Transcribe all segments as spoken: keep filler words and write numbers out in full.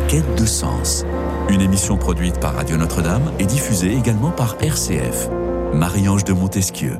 quête de sens. Une émission produite par Radio Notre-Dame et diffusée également par R C F. Marie-Ange de Montesquieu.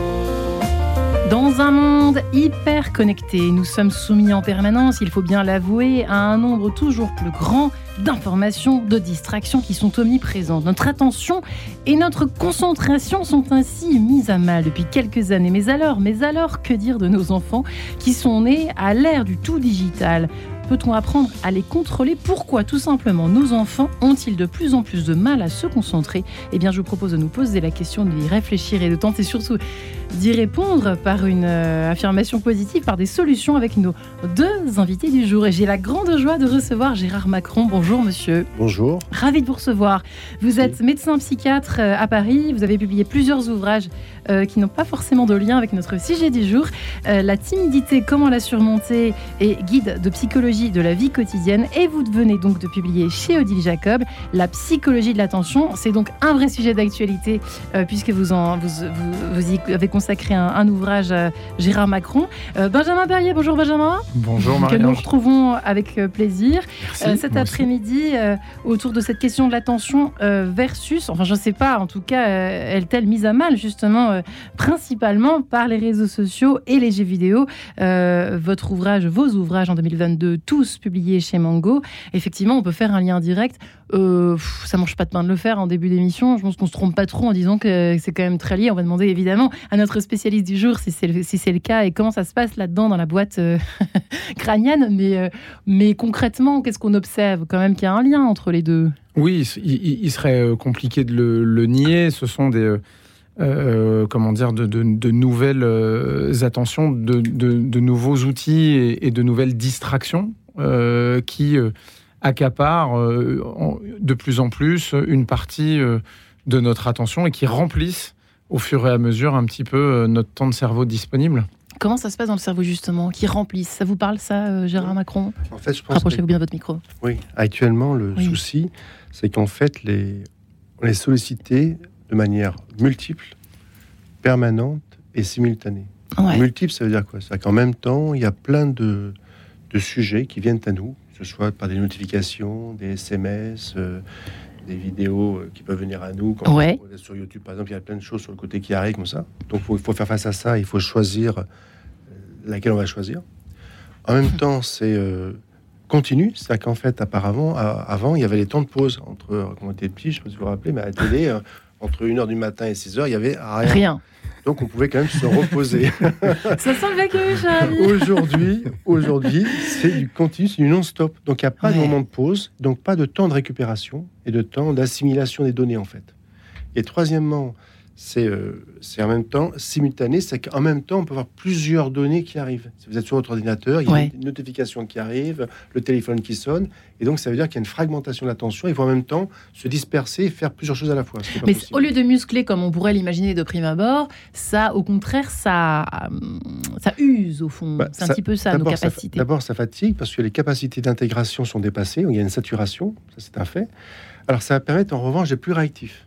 Dans un monde hyper connecté, nous sommes soumis en permanence, il faut bien l'avouer, à un nombre toujours plus grand d'informations, de distractions qui sont omniprésentes. Notre attention et notre concentration sont ainsi mises à mal depuis quelques années. Mais alors, mais alors, que dire de nos enfants qui sont nés à l'ère du tout digital ? Peut-on apprendre à les contrôler ? Pourquoi, tout simplement, nos enfants ont-ils de plus en plus de mal à se concentrer ? Eh bien, je vous propose de nous poser la question, d'y réfléchir et de tenter surtout d'y répondre par une euh, affirmation positive, par des solutions avec nos deux invités du jour. Et j'ai la grande joie de recevoir Gérard Macron. Bonjour, monsieur. Bonjour. Ravi de vous recevoir. Vous êtes médecin psychiatre euh, à Paris. Vous avez publié plusieurs ouvrages euh, qui n'ont pas forcément de lien avec notre sujet du jour. Euh, la timidité, comment la surmonter et guide de psychologie de la vie quotidienne. Et vous venez donc de publier chez Odile Jacob La psychologie de l'attention. C'est donc un vrai sujet d'actualité euh, puisque vous, en, vous, vous, vous y avez consacré un, un ouvrage à Gérard Macron. Euh, Benjamin Perrier, bonjour Benjamin. Bonjour Marie-Ange. Que nous retrouvons avec plaisir Merci, euh, cet après-midi euh, autour de cette question de l'attention euh, versus, enfin je ne sais pas, en tout cas euh, est-elle mise à mal justement euh, principalement par les réseaux sociaux et les jeux vidéo. Euh, votre ouvrage, vos ouvrages en deux mille vingt-deux, tous publiés chez Mango. Effectivement, on peut faire un lien direct. Euh, pff, ça mange pas de pain de le faire en début d'émission. Je pense qu'on se trompe pas trop en disant que c'est quand même très lié. On va demander évidemment à notre spécialiste du jour si c'est le, si c'est le cas et comment ça se passe là-dedans dans la boîte euh, crânienne. Mais, euh, mais concrètement, qu'est-ce qu'on observe quand même qu'il y a un lien entre les deux ? Oui, il, il serait compliqué de le, le nier. Ce sont des... Euh, comment dire, de, de, de nouvelles euh, attentions, de, de, de nouveaux outils et, et de nouvelles distractions euh, qui euh, accaparent euh, en, de plus en plus une partie euh, de notre attention et qui remplissent au fur et à mesure un petit peu euh, notre temps de cerveau disponible. Comment ça se passe dans le cerveau justement, qui remplissent ? Ça vous parle ça, euh, Gérard Macron ? En fait, je pense Rapprochez-vous que... bien de votre micro. Oui, actuellement, le oui. souci, c'est qu'en fait, les... on est sollicité de manière multiple, permanente et simultanée. Ouais. Multiple, ça veut dire quoi ? C'est-à-dire qu'en même temps, il y a plein de, de sujets qui viennent à nous, que ce soit par des notifications, des S M S, euh, des vidéos euh, qui peuvent venir à nous. Quand ouais. on est sur YouTube, par exemple, il y a plein de choses sur le côté qui arrivent comme ça. Donc, il faut, faut faire face à ça. Il faut choisir laquelle on va choisir. En même temps, c'est... Euh, continue, c'est-à-dire qu'en fait, apparemment, avant, il y avait les temps de pause entre, quand on était petit, je ne sais pas si vous vous rappelez, mais à la télé, euh, entre une heure du matin et six heures, il n'y avait rien. Rien. Donc, on pouvait quand même se reposer. Ça sent le vécu, Charlie. Aujourd'hui, aujourd'hui, c'est du continu, c'est du non-stop. Donc, il n'y a pas ouais. de moment de pause, donc pas de temps de récupération et de temps d'assimilation des données, en fait. Et troisièmement, c'est, euh, c'est en même temps simultané, c'est qu'en même temps, on peut avoir plusieurs données qui arrivent. Si vous êtes sur votre ordinateur, il y a ouais. une notification qui arrive, le téléphone qui sonne, et donc ça veut dire qu'il y a une fragmentation de l'attention. Il faut en même temps se disperser et faire plusieurs choses à la fois. Mais possible. Au lieu de muscler, comme on pourrait l'imaginer de prime abord, ça, au contraire, ça, ça use, au fond. Bah, c'est ça, un petit peu ça, nos capacités. Ça, d'abord, ça fatigue, parce que les capacités d'intégration sont dépassées, il y a une saturation, ça c'est un fait. Alors ça va permettre, en revanche, d'être plus réactif.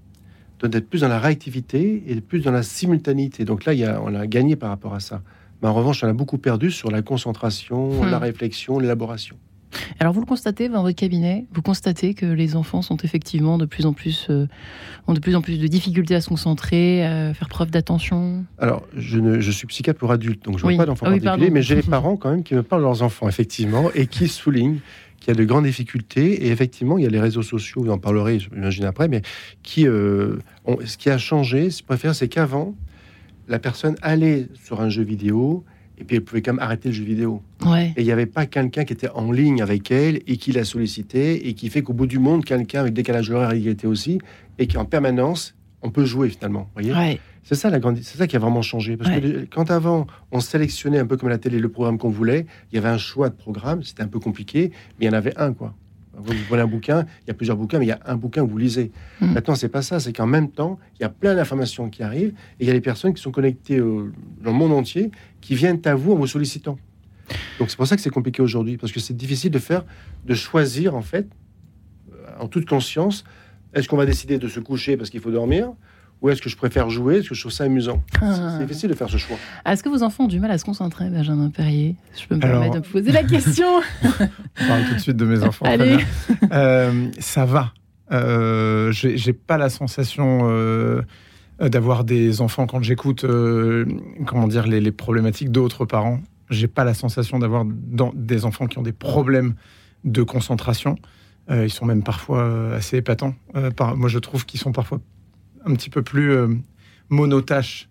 D'être plus dans la réactivité et plus dans la simultanéité. Donc là, il y a, on a gagné par rapport à ça. Mais en revanche, on a beaucoup perdu sur la concentration, hum. la réflexion, l'élaboration. Alors vous le constatez dans votre cabinet, vous constatez que les enfants sont effectivement de plus en plus, euh, ont de plus en plus de difficultés à se concentrer, à faire preuve d'attention. Alors, je, ne, je suis psychiatre pour adultes, donc je ne vois oui. pas d'enfants ah oui, particuliers, pardon. mais j'ai les parents quand même qui me parlent de leurs enfants, effectivement, et qui soulignent qu'il y a de grandes difficultés, et effectivement, il y a les réseaux sociaux, vous en parlerez, j'imagine après, mais qui, euh, ont, ce qui a changé, si je préfère, c'est qu'avant, la personne allait sur un jeu vidéo, et puis elle pouvait quand même arrêter le jeu vidéo. Ouais. Et il n'y avait pas quelqu'un qui était en ligne avec elle, et qui la sollicitait, et qui fait qu'au bout du monde, quelqu'un avec décalage horaire, il y était aussi, et qu'en permanence, on peut jouer finalement, voyez. Ouais. C'est ça la grande, c'est ça qui a vraiment changé. Parce ouais. que quand avant, on sélectionnait un peu comme à la télé le programme qu'on voulait, il y avait un choix de programme, c'était un peu compliqué, mais il y en avait un, quoi. Vous prenez un bouquin, il y a plusieurs bouquins, mais il y a un bouquin que vous lisez. Mmh. Maintenant, c'est pas ça, c'est qu'en même temps, il y a plein d'informations qui arrivent, et il y a des personnes qui sont connectées euh, dans le monde entier, qui viennent à vous en vous sollicitant. Donc c'est pour ça que c'est compliqué aujourd'hui, parce que c'est difficile de faire, de choisir en fait, euh, en toute conscience, est-ce qu'on va décider de se coucher parce qu'il faut dormir, ou est-ce que je préfère jouer, est-ce que je trouve ça amusant. Ah. C'est, c'est difficile de faire ce choix. Est-ce que vos enfants ont du mal à se concentrer, Benjamin Perrier? Je peux me Alors... permettre de vous poser la question. On parle tout de suite de mes enfants. Allez. Euh, ça va. Euh, j'ai, j'ai pas la sensation euh, d'avoir des enfants quand j'écoute euh, comment dire, les, les problématiques d'autres parents. J'ai pas la sensation d'avoir dans, des enfants qui ont des problèmes de concentration. Euh, ils sont même parfois assez épatants. Euh, par, moi, je trouve qu'ils sont parfois un petit peu plus euh, monotâches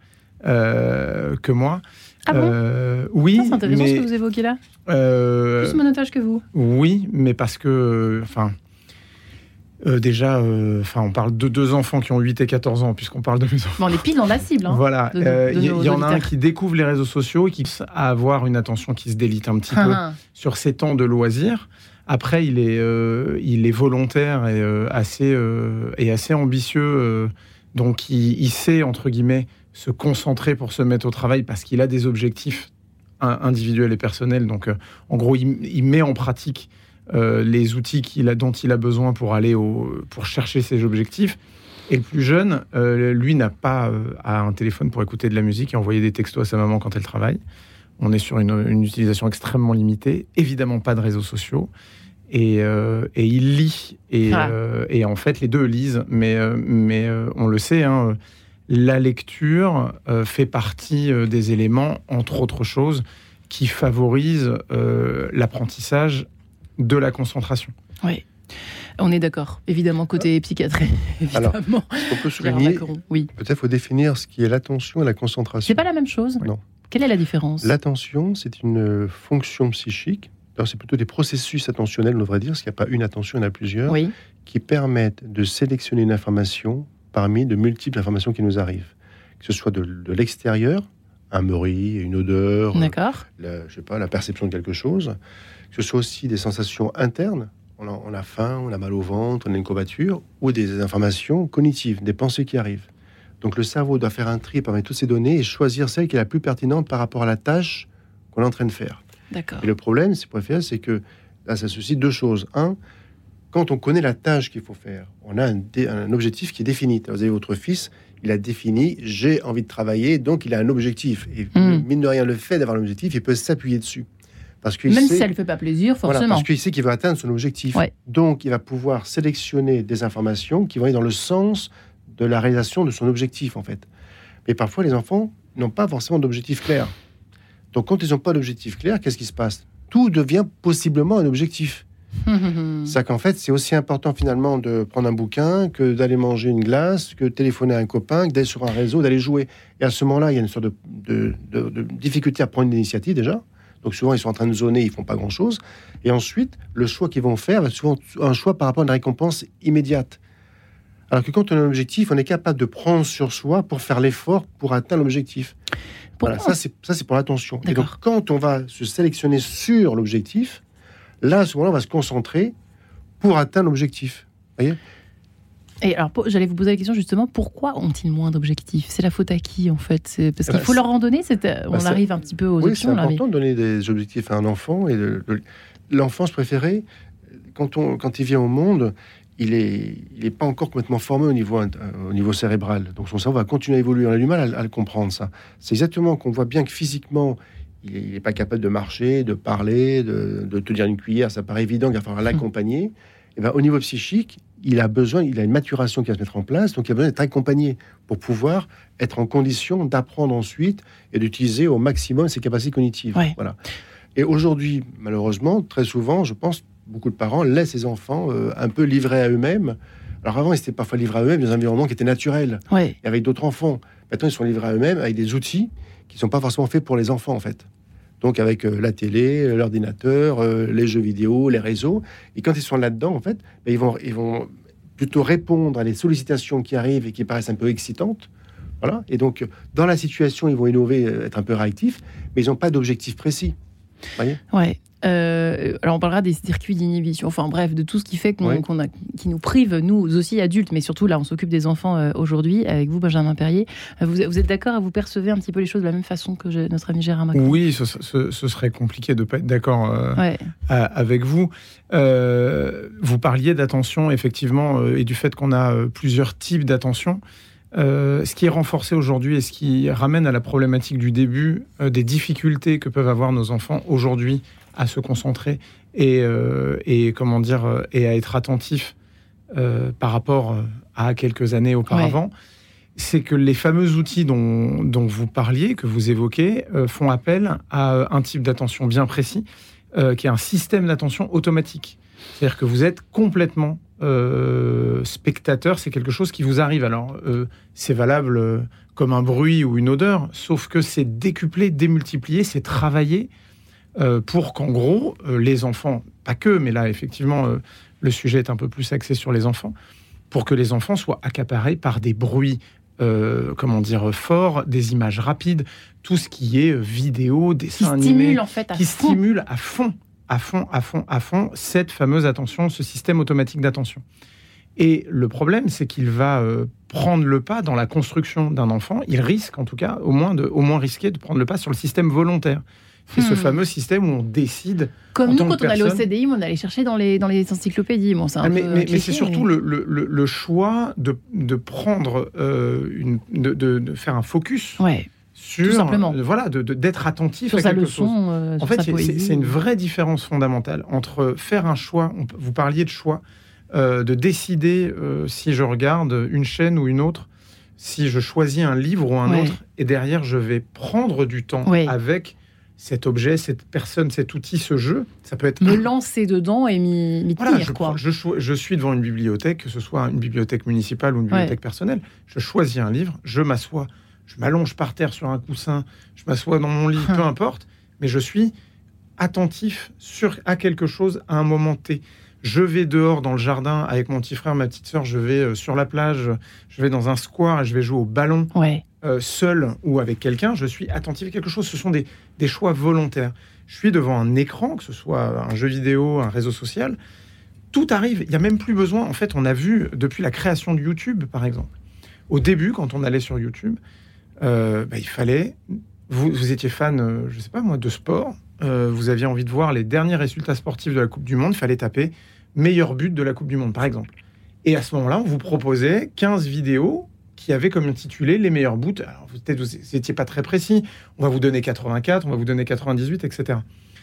euh, que moi. Ah bon euh, Oui. Ça, c'est intéressant mais, ce que vous évoquez là. Euh, Plus monotage que vous. Oui, mais parce que... Enfin... Euh, déjà, euh, on parle de deux enfants qui ont huit et quatorze ans, puisqu'on parle de mes enfants. Bon, on est pile dans la cible. Hein, voilà. Il euh, y, y en a un qui découvre les réseaux sociaux et qui a avoir une attention qui se délite un petit peu sur ses temps de loisirs. Après, il est, euh, il est volontaire et, euh, assez, euh, et assez ambitieux. Euh, donc, il, il sait, entre guillemets, se concentrer pour se mettre au travail parce qu'il a des objectifs individuels et personnels. Donc, euh, en gros, il, il met en pratique Euh, les outils qu'il a, dont il a besoin pour aller au, pour chercher ses objectifs. Et le plus jeune, euh, lui, n'a pas euh, un téléphone pour écouter de la musique et envoyer des textos à sa maman quand elle travaille. On est sur une, une utilisation extrêmement limitée. Évidemment, pas de réseaux sociaux. Et, euh, et il lit. Et, ah. euh, et en fait, les deux lisent. Mais, euh, mais euh, on le sait, hein, la lecture euh, fait partie euh, des éléments, entre autres choses, qui favorisent euh, l'apprentissage de la concentration. Oui, on est d'accord. Évidemment, côté psychiatrie, évidemment. Alors, on peut souligner, oui. peut-être faut définir ce qui est l'attention et la concentration. C'est pas la même chose. Non. Quelle est la différence? L'attention, c'est une fonction psychique. Alors, c'est plutôt des processus attentionnels, on devrait dire, parce qu'il n'y a pas une attention, il y en a plusieurs, oui. qui permettent de sélectionner une information parmi de multiples informations qui nous arrivent. Que ce soit de, de l'extérieur, un bruit, une odeur, D'accord. La, je sais pas, la perception de quelque chose, que ce soit aussi des sensations internes, on a, on a faim, on a mal au ventre, on a une courbature, ou des informations cognitives, des pensées qui arrivent. Donc le cerveau doit faire un tri parmi toutes ces données et choisir celle qui est la plus pertinente par rapport à la tâche qu'on est en train de faire. D'accord. Et le problème, c'est, pour faire, c'est que là, ça suscite deux choses. Un, quand on connaît la tâche qu'il faut faire, on a un, dé, un objectif qui est défini. Vous avez votre fils, il a défini, j'ai envie de travailler, donc il a un objectif. Et mmh. mine de rien, le fait d'avoir l'objectif, il peut s'appuyer dessus. Parce qu'il Même sait, si ça ne lui fait pas plaisir, forcément. Voilà, parce qu'il sait qu'il va atteindre son objectif. Ouais. Donc, il va pouvoir sélectionner des informations qui vont aller dans le sens de la réalisation de son objectif, en fait. Mais parfois, les enfants n'ont pas forcément d'objectif clair. Donc, quand ils n'ont pas d'objectif clair, qu'est-ce qui se passe? Tout devient possiblement un objectif. C'est qu'en fait, c'est aussi important finalement de prendre un bouquin que d'aller manger une glace, que de téléphoner à un copain, que d'aller sur un réseau, d'aller jouer. Et à ce moment-là, il y a une sorte de, de, de, de difficulté à prendre une initiative déjà. Donc souvent, ils sont en train de zoner, ils font pas grand-chose. Et ensuite, le choix qu'ils vont faire va souvent un choix par rapport à une récompense immédiate. Alors que quand on a un objectif, on est capable de prendre sur soi pour faire l'effort pour atteindre l'objectif. Voilà, ça c'est, ça, c'est pour l'attention. D'accord. Et donc, quand on va se sélectionner sur l'objectif, là, à ce moment-là, on va se concentrer pour atteindre l'objectif. Vous voyez ? Et alors, j'allais vous poser la question justement, pourquoi ont-ils moins d'objectifs? C'est la faute à qui, en fait? C'est parce qu'il bah, faut leur en donner. C'est, on bah, arrive un petit peu aux oui, options. C'est là, important mais... de donner des objectifs à un enfant. Et de, de, l'enfance préférée, quand, on, quand il vient au monde, il n'est il est pas encore complètement formé au niveau, euh, au niveau cérébral. Donc son cerveau va continuer à évoluer. On a du mal à, à le comprendre, ça. C'est exactement qu'on voit bien que physiquement, il n'est pas capable de marcher, de parler, de, de tenir une cuillère. Ça paraît évident qu'il va falloir l'accompagner. Mmh. Et ben, au niveau psychique, il a besoin, il a une maturation qui va se mettre en place, donc il a besoin d'être accompagné pour pouvoir être en condition d'apprendre ensuite et d'utiliser au maximum ses capacités cognitives. Ouais. Voilà. Et aujourd'hui, malheureusement, très souvent, je pense, beaucoup de parents laissent les enfants euh, un peu livrés à eux-mêmes. Alors avant, ils étaient parfois livrés à eux-mêmes dans un environnement qui était naturel, ouais. et avec d'autres enfants. Maintenant, ils sont livrés à eux-mêmes avec des outils qui ne sont pas forcément faits pour les enfants, en fait. Donc avec euh, la télé, l'ordinateur, euh, les jeux vidéo, les réseaux. Et quand ils sont là-dedans, en fait, ben, ils, vont, ils vont plutôt répondre à les sollicitations qui arrivent et qui paraissent un peu excitantes. Voilà. Et donc, dans la situation, ils vont innover, être un peu réactifs, mais ils n'ont pas d'objectif précis. Vous voyez ? Ouais. Euh, alors on parlera des circuits d'inhibition, enfin bref, de tout ce qui fait qu'on, oui. qu'on a, qui nous prive, nous aussi adultes, mais surtout là on s'occupe des enfants euh, aujourd'hui, avec vous Benjamin Perrier. Vous, vous êtes d'accord, vous percevez un petit peu les choses de la même façon que j'ai, notre ami Gérard Macron? Oui, ce, ce, ce serait compliqué de ne pas être d'accord euh, ouais. à, avec vous. Euh, vous parliez d'attention, effectivement, euh, et du fait qu'on a euh, plusieurs types d'attention. Euh, ce qui est renforcé aujourd'hui et ce qui ramène à la problématique du début euh, des difficultés que peuvent avoir nos enfants aujourd'hui à se concentrer et, euh, et comment dire euh, et à être attentifs euh, par rapport à quelques années auparavant, ouais. c'est que les fameux outils dont, dont vous parliez, que vous évoquez, euh, font appel à un type d'attention bien précis, euh, qui est un système d'attention automatique. C'est-à-dire que vous êtes complètement euh, spectateur, c'est quelque chose qui vous arrive. Alors, euh, c'est valable euh, comme un bruit ou une odeur, sauf que c'est décuplé, démultiplié, c'est travaillé euh, pour qu'en gros, euh, les enfants, pas que, mais là, effectivement, euh, le sujet est un peu plus axé sur les enfants, pour que les enfants soient accaparés par des bruits, euh, comment dire, forts, des images rapides, tout ce qui est vidéo, dessin animé, qui stimule en fait à qui fond. stimule à fond. à fond, à fond, à fond, cette fameuse attention, ce système automatique d'attention. Et le problème, c'est qu'il va euh, prendre le pas dans la construction d'un enfant. Il risque, en tout cas, au moins, de, au moins risquer de prendre le pas sur le système volontaire. C'est hmm. ce fameux système où on décide. Comme en nous, tant quand que on allait personne, au C D I, on allait chercher dans les, dans les encyclopédies. Bon, c'est un mais, peu mais, cliché, mais c'est surtout mais... le, le, le choix de, de prendre, euh, une, de, de, de faire un focus. Ouais. Sur, Tout simplement. Euh, voilà, de, de, d'être attentif sur à sa quelque leçon, chose. Euh, en fait, c'est, c'est une vraie différence fondamentale entre faire un choix, on, vous parliez de choix, euh, de décider euh, si je regarde une chaîne ou une autre, si je choisis un livre ou un ouais. autre, et derrière, je vais prendre du temps ouais. avec cet objet, cette personne, cet outil, ce jeu. Ça peut être... Me lancer dedans et m'y, m'y voilà, tenir, je, quoi. Je, je suis devant une bibliothèque, que ce soit une bibliothèque municipale ou une bibliothèque ouais. personnelle, je choisis un livre, je m'assois, je m'allonge par terre sur un coussin, je m'assois dans mon lit, peu importe, mais je suis attentif sur, à quelque chose à un moment T. Je vais dehors dans le jardin avec mon petit frère, ma petite sœur, je vais euh, sur la plage, je vais dans un square, je vais jouer au ballon, ouais. euh, seul ou avec quelqu'un, je suis attentif à quelque chose. Ce sont des, des choix volontaires. Je suis devant un écran, que ce soit un jeu vidéo, un réseau social, tout arrive. Il n'y a même plus besoin. En fait, on a vu depuis la création de YouTube, par exemple. Au début, quand on allait sur YouTube, Euh, bah, il fallait, vous, vous étiez fan, euh, je sais pas moi, de sport, euh, vous aviez envie de voir les derniers résultats sportifs de la Coupe du Monde, il fallait taper meilleur but de la Coupe du Monde, par exemple. Et à ce moment-là, on vous proposait quinze vidéos qui avaient comme intitulé les meilleurs buts. Alors, vous peut-être vous n'étiez pas très précis, on va vous donner quatre-vingt-quatre, on va vous donner quatre-vingt-dix-huit, et cetera.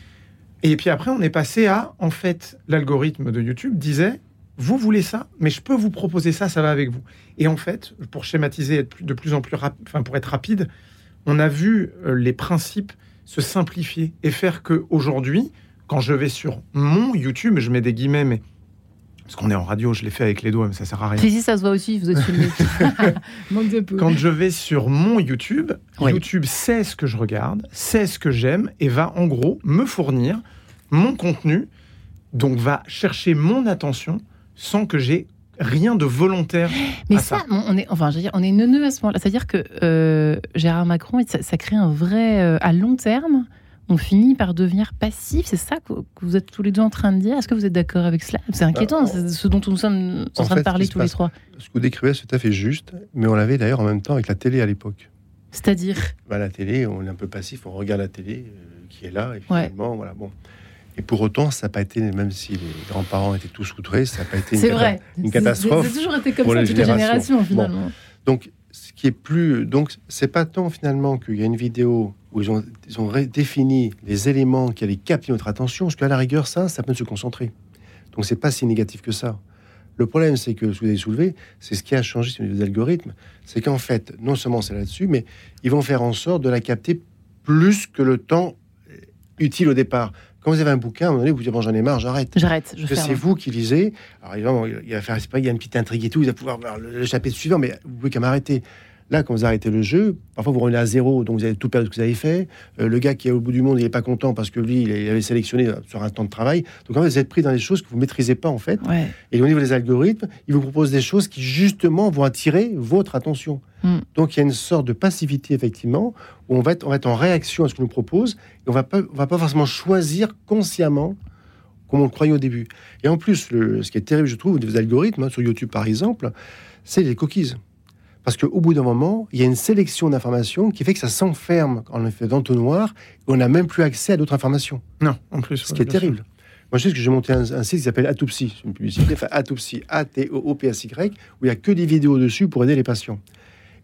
Et puis après, on est passé à, en fait, l'algorithme de YouTube disait, vous voulez ça, mais je peux vous proposer ça, ça va avec vous. Et en fait, pour schématiser, être de plus en plus rapide, enfin pour être rapide, on a vu les principes se simplifier et faire qu'aujourd'hui, quand je vais sur mon YouTube, je mets des guillemets, mais parce qu'on est en radio, je l'ai fait avec les doigts, mais ça sert à rien. Si, si, ça se voit aussi, vous êtes filmé. Manque de peu. Quand je vais sur mon YouTube, oui. YouTube sait ce que je regarde, sait ce que j'aime et va en gros me fournir mon contenu, donc va chercher mon attention sans que j'ai rien de volontaire. Mais à ça, ça. on est, enfin, je veux dire, on est neuneux à ce moment-là. C'est-à-dire que euh, Gérard Macron, ça, ça crée un vrai, euh, à long terme, on finit par devenir passif. C'est ça que, que vous êtes tous les deux en train de dire. Est-ce que vous êtes d'accord avec cela ? C'est inquiétant, euh, c'est ce dont nous sommes en, en train fait, de parler tous passe, les trois. Ce que vous décrivez, c'est tout à fait juste, mais on l'avait d'ailleurs en même temps avec la télé à l'époque. C'est-à-dire ? Bah, la télé, on est un peu passif, on regarde la télé euh, qui est là, et finalement, ouais. voilà, bon. Et pour autant, ça n'a pas été, même si les grands-parents étaient tous outrés, ça n'a pas été une, cata- une catastrophe. C'est, c'est toujours été comme ça, toute la génération, finalement. Bon. Donc, ce qui est plus... Donc, c'est pas tant, finalement, qu'il y a une vidéo où ils ont, ils ont défini les éléments qui allaient capter notre attention, parce qu'à la rigueur, ça, ça peut se concentrer. Donc, c'est pas si négatif que ça. Le problème, c'est que, ce que vous avez soulevé, c'est ce qui a changé sur les algorithmes, c'est qu'en fait, non seulement c'est là-dessus, mais ils vont faire en sorte de la capter plus que le temps utile au départ. Quand vous avez un bouquin, à un moment donné, vous dites bon, j'en ai marre, j'arrête. J'arrête. Je Parce que c'est vous qui lisez. Alors évidemment, il va faire, c'est pas, il y a une petite intrigue et tout, il va pouvoir voir le, le chapitre suivant, mais vous pouvez quand même arrêter. Là, quand vous arrêtez le jeu, parfois vous revenez à zéro, donc vous avez tout perdu ce que vous avez fait. Euh, le gars qui est au bout du monde, il est pas content parce que lui, il avait sélectionné sur un temps de travail. Donc en fait, vous êtes pris dans des choses que vous maîtrisez pas en fait. Ouais. Et au niveau des algorithmes, ils vous proposent des choses qui justement vont attirer votre attention. Mm. Donc il y a une sorte de passivité effectivement où on va être, on va être en réaction à ce qu'on nous propose et on va pas, on va pas forcément choisir consciemment comme on le croyait au début. Et en plus, le, ce qui est terrible, je trouve, des algorithmes hein, sur YouTube par exemple, c'est les cookies. Parce qu'au bout d'un moment, il y a une sélection d'informations qui fait que ça s'enferme en effet d'entonnoir et on n'a même plus accès à d'autres informations. Non, en plus. Ce ouais, qui est terrible. Sûr. Moi, je sais que j'ai monté un, un site qui s'appelle Autopsy. C'est une publicité, enfin Autopsy, A T O O P S Y, où il n'y a que des vidéos dessus pour aider les patients.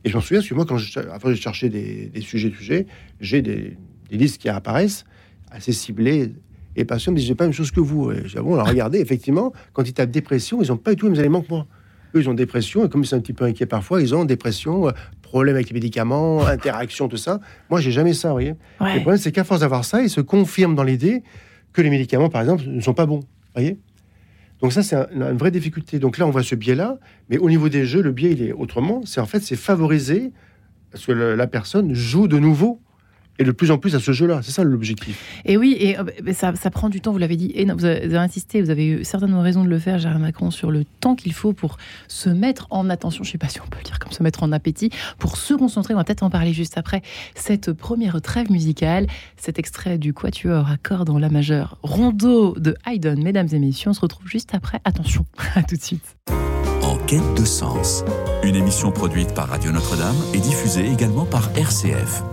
Et je m'en souviens, parce que moi, quand je, avant de chercher des, des sujets, des sujets, j'ai des, des listes qui apparaissent assez ciblées. Et les patients me disent, j'ai pas la même chose que vous. Et je dis, ah bon, alors regardez, effectivement, quand ils tapent dépression, ils n'ont pas du tout les mêmes éléments que moi. Eux, ils ont dépression, et comme ils sont un petit peu inquiets parfois, ils ont dépression, euh, problème avec les médicaments, interaction, tout ça. Moi, j'ai jamais ça, vous voyez. Ouais. Le problème, c'est qu'à force d'avoir ça, ils se confirment dans l'idée que les médicaments, par exemple, ne sont pas bons, vous voyez. Donc ça, c'est un, une vraie difficulté. Donc là, on voit ce biais-là, mais au niveau des jeux, le biais, il est autrement. C'est en fait, c'est favoriser parce que le, la personne joue de nouveau et de plus en plus à ce jeu-là. C'est ça l'objectif. Et oui, et euh, ça, ça prend du temps, vous l'avez dit, et non, vous, avez, vous avez insisté, vous avez eu certainement raison de le faire, Gérard Macron, sur le temps qu'il faut pour se mettre en attention, je ne sais pas si on peut le dire comme se mettre en appétit, pour se concentrer. On va peut-être en parler juste après cette première trêve musicale, cet extrait du Quatuor à cordes en la majeure, Rondeau de Haydn. Mesdames et messieurs, on se retrouve juste après. Attention, à tout de suite. En quête de sens, une émission produite par Radio Notre-Dame et diffusée également par R C F.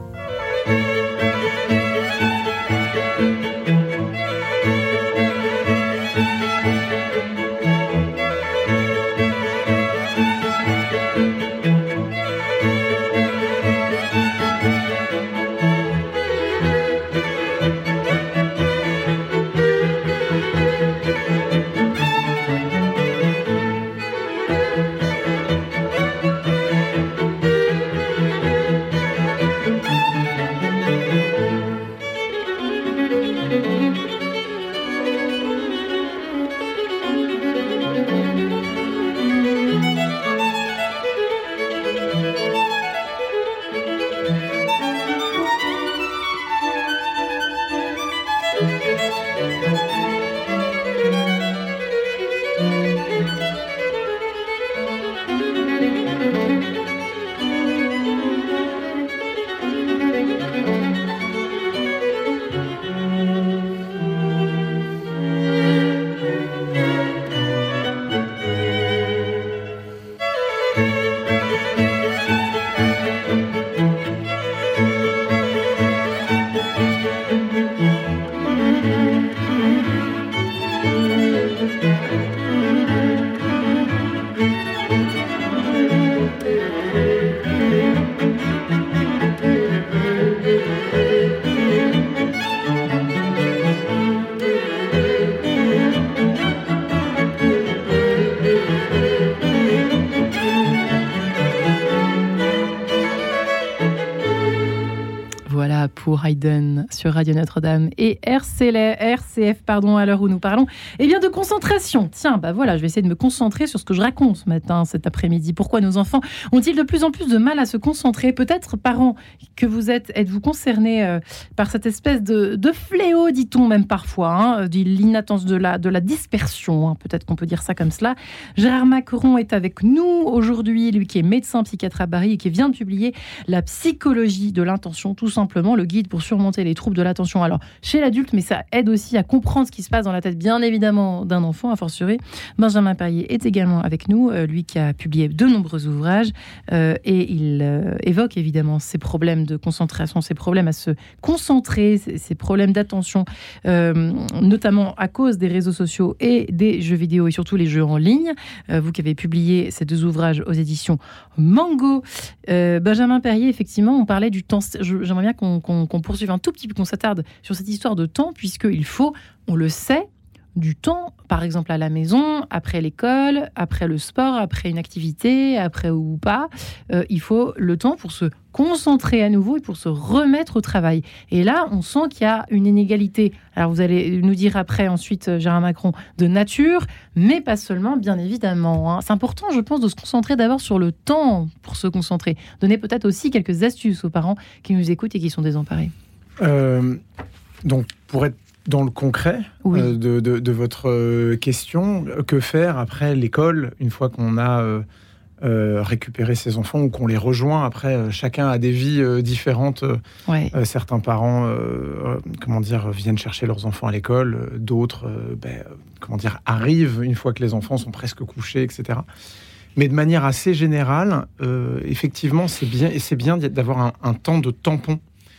Pour Haydn sur Radio Notre-Dame et R C F, pardon, à l'heure où nous parlons, eh bien de concentration. Tiens, bah voilà, je vais essayer de me concentrer sur ce que je raconte ce matin, cet après-midi. Pourquoi nos enfants ont-ils de plus en plus de mal à se concentrer ? Peut-être, parents, que vous êtes, êtes-vous concernés euh, par cette espèce de, de fléau, dit-on même parfois, hein, de l'inattention, de la, de la dispersion, hein, peut-être qu'on peut dire ça comme cela. Gérard Macron est avec nous aujourd'hui, lui qui est médecin psychiatre à Paris et qui vient de publier La psychologie de l'intention, tout simplement, le guide pour surmonter les troubles de l'attention. Alors, chez l'adulte, mais ça aide aussi à comprendre ce qui se passe dans la tête, bien évidemment, d'un enfant, a fortiori. Benjamin Perrier est également avec nous, euh, lui qui a publié de nombreux ouvrages, euh, et il euh, évoque évidemment ces problèmes de concentration, ces problèmes à se concentrer, ces, ces problèmes d'attention, euh, notamment à cause des réseaux sociaux et des jeux vidéo, et surtout les jeux en ligne. Euh, vous qui avez publié ces deux ouvrages aux éditions Mango. Euh, Benjamin Perrier, effectivement, on parlait du temps. J'aimerais bien qu'on, qu'on qu'on poursuive un tout petit peu, qu'on s'attarde sur cette histoire de temps, puisqu'il faut, on le sait, du temps, par exemple à la maison, après l'école, après le sport, après une activité, après ou pas. Euh, il faut le temps pour se concentrer à nouveau et pour se remettre au travail. Et là, on sent qu'il y a une inégalité. Alors vous allez nous dire après, ensuite, Gérard Macron, de nature, mais pas seulement, bien évidemment. Hein. C'est important, je pense, de se concentrer d'abord sur le temps pour se concentrer. Donner peut-être aussi quelques astuces aux parents qui nous écoutent et qui sont désemparés. Euh, donc, pour être dans le concret oui. euh, de, de, de votre euh, question, que faire après l'école, une fois qu'on a euh, euh, récupéré ses enfants ou qu'on les rejoint? Après, euh, chacun a des vies euh, différentes. Euh, ouais. euh, certains parents, euh, euh, comment dire, viennent chercher leurs enfants à l'école. Euh, d'autres, euh, ben, euh, comment dire, arrivent une fois que les enfants sont presque couchés, et cetera. Mais de manière assez générale, euh, effectivement, c'est bien, et c'est bien d'avoir un, un temps de tampon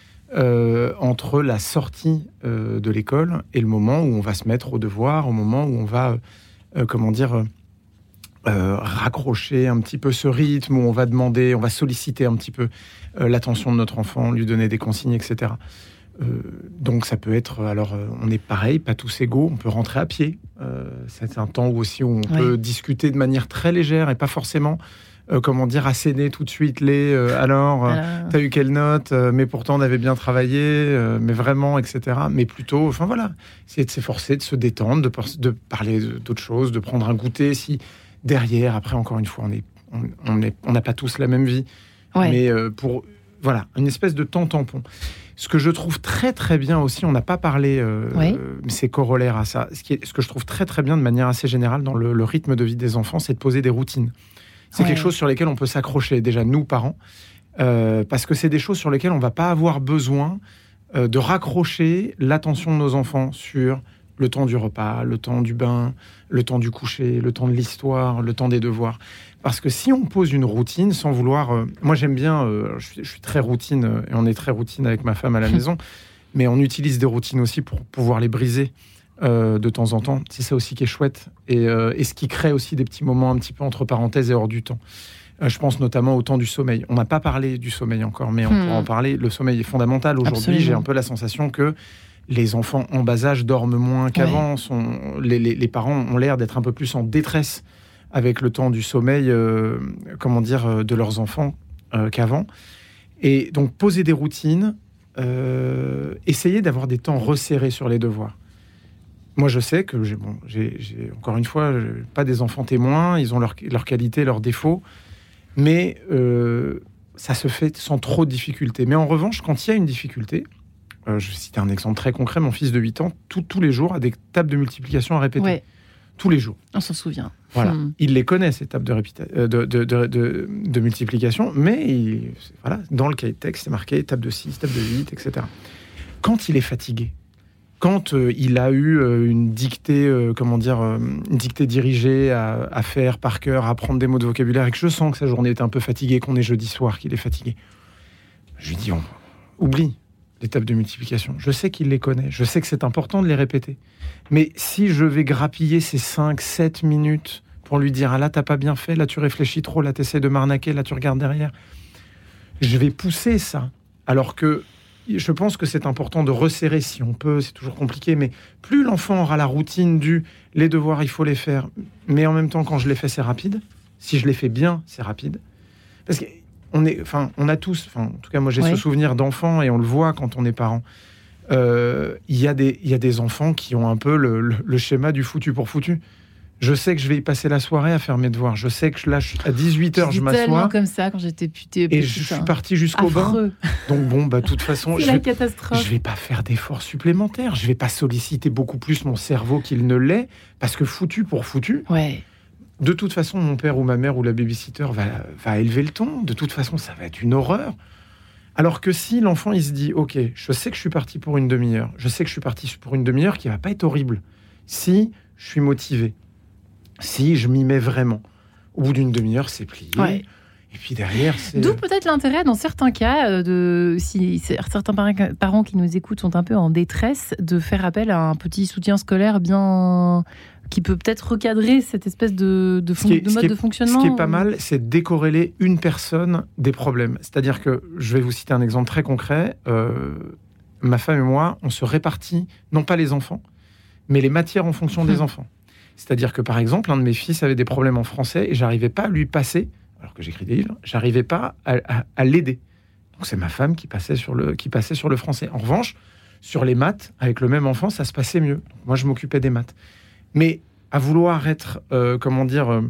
Euh, entre la sortie euh, de l'école et le moment où on va se mettre au devoir, au moment où on va, euh, comment dire, euh, euh, raccrocher un petit peu ce rythme, où on va demander, on va solliciter un petit peu euh, l'attention de notre enfant, lui donner des consignes, et cetera. Euh, donc ça peut être, alors euh, on est pareil, pas tous égaux, on peut rentrer à pied. Euh, c'est un temps où aussi où on oui. peut discuter de manière très légère et pas forcément... Euh, comment dire, asséner tout de suite les euh, alors, alors... Euh, t'as eu quelle note, euh, mais pourtant on avait bien travaillé, euh, mais vraiment, et cetera. Mais plutôt, enfin voilà, essayer de s'efforcer, de se détendre, de, de parler d'autres choses, de prendre un goûter. Si derrière, après, encore une fois, on est, on, on est, on n'a pas tous la même vie, ouais. mais euh, pour voilà, une espèce de temps tampon. Ce que je trouve très très bien aussi, on n'a pas parlé, euh, oui. euh, mais c'est corollaire à ça. Ce, qui est, ce que je trouve très très bien de manière assez générale dans le, le rythme de vie des enfants, c'est de poser des routines. C'est ouais. quelque chose sur lesquels on peut s'accrocher, déjà nous, parents, euh, parce que c'est des choses sur lesquelles on ne va pas avoir besoin euh, de raccrocher l'attention de nos enfants sur le temps du repas, le temps du bain, le temps du coucher, le temps de l'histoire, le temps des devoirs. Parce que si on pose une routine sans vouloir... Euh, moi, j'aime bien... Euh, je, suis, je suis très routine, euh, et on est très routine avec ma femme à la maison, mais on utilise des routines aussi pour pouvoir les briser. Euh, de temps en temps, c'est ça aussi qui est chouette et, euh, et ce qui crée aussi des petits moments un petit peu entre parenthèses et hors du temps. Euh, je pense notamment au temps du sommeil. On n'a pas parlé du sommeil encore, mais on hmm. pourra en parler. Le sommeil est fondamental. Aujourd'hui, Absolument. J'ai un peu la sensation que les enfants en bas âge dorment moins qu'avant. Ouais. Sont, les, les, les parents ont l'air d'être un peu plus en détresse avec le temps du sommeil, euh, comment dire, de leurs enfants euh, qu'avant. Et donc, poser des routines, euh, essayer d'avoir des temps resserrés sur les devoirs. Moi, je sais que, j'ai, bon, j'ai, j'ai, encore une fois, pas des enfants témoins, ils ont leurs leur qualités, leurs défauts, mais euh, ça se fait sans trop de difficultés. Mais en revanche, quand il y a une difficulté, euh, je vais citer un exemple très concret, mon fils de huit ans, tout, tous les jours, a des tables de multiplication à répéter. Ouais. Tous les jours. On s'en souvient. Voilà. Hum. Il les connaît, ces tables de, répéta- de, de, de, de, de multiplication, mais il, voilà, dans le cahier de texte, c'est marqué table de six, table de huit, et cetera. Quand il est fatigué, quand euh, il a eu euh, une dictée, euh, comment dire, euh, une dictée dirigée à, à faire par cœur, à apprendre des mots de vocabulaire, et que je sens que sa journée est un peu fatiguée, qu'on est jeudi soir, qu'il est fatigué, je lui dis, on, oublie les tables de multiplication. Je sais qu'il les connaît, je sais que c'est important de les répéter. Mais si je vais grappiller ces cinq sept minutes pour lui dire, ah là, t'as pas bien fait, là, tu réfléchis trop, là, t'essaies de m'arnaquer, là, tu regardes derrière, je vais pousser ça. Alors que je pense que c'est important de resserrer si on peut, c'est toujours compliqué, mais plus l'enfant aura la routine du « les devoirs, il faut les faire », mais en même temps, quand je les fais, c'est rapide. Si je les fais bien, c'est rapide. Parce qu'on est, enfin, on a tous, enfin, en tout cas, moi, j'ai ouais. ce souvenir d'enfant, et on le voit quand on est parent. Euh, il y a des, il y a des enfants qui ont un peu le, le, le schéma du foutu pour foutu. Je sais que je vais y passer la soirée à faire mes devoirs. Je sais que je lâche à dix-huit heures, je m'assois. J'étais tellement comme ça quand j'étais putée. Et je suis partie jusqu'au Affreux. bain. Donc bon, bah, de toute façon, c'est je la vais, catastrophe. Je vais pas faire d'efforts supplémentaires. Je vais pas solliciter beaucoup plus mon cerveau qu'il ne l'est, parce que foutu pour foutu. Ouais. De toute façon, mon père ou ma mère ou la babysitter va, va élever le ton. De toute façon, ça va être une horreur. Alors que si l'enfant, il se dit, ok, je sais que je suis parti pour une demi-heure. Je sais que je suis parti pour une demi-heure qui va pas être horrible. Si je suis motivé. Si je m'y mets vraiment. Au bout d'une demi-heure, c'est plié. Ouais. Et puis derrière, c'est... D'où peut-être l'intérêt, dans certains cas, de si certains parents qui nous écoutent sont un peu en détresse, de faire appel à un petit soutien scolaire bien... qui peut peut-être recadrer cette espèce de, de, fon... est, de mode est, de fonctionnement. Ce qui est pas mal, c'est de décorréler une personne des problèmes. C'est-à-dire que, je vais vous citer un exemple très concret. Euh, ma femme et moi, on se répartit, non pas les enfants, mais les matières en fonction mmh. des enfants. C'est-à-dire que, par exemple, un de mes fils avait des problèmes en français et j'arrivais pas à lui passer, alors que j'écris des livres, j'arrivais pas à, à, à l'aider. Donc c'est ma femme qui passait, sur le, qui passait sur le français. En revanche, sur les maths, avec le même enfant, ça se passait mieux. Donc, moi, je m'occupais des maths. Mais à vouloir être, euh, comment dire, euh,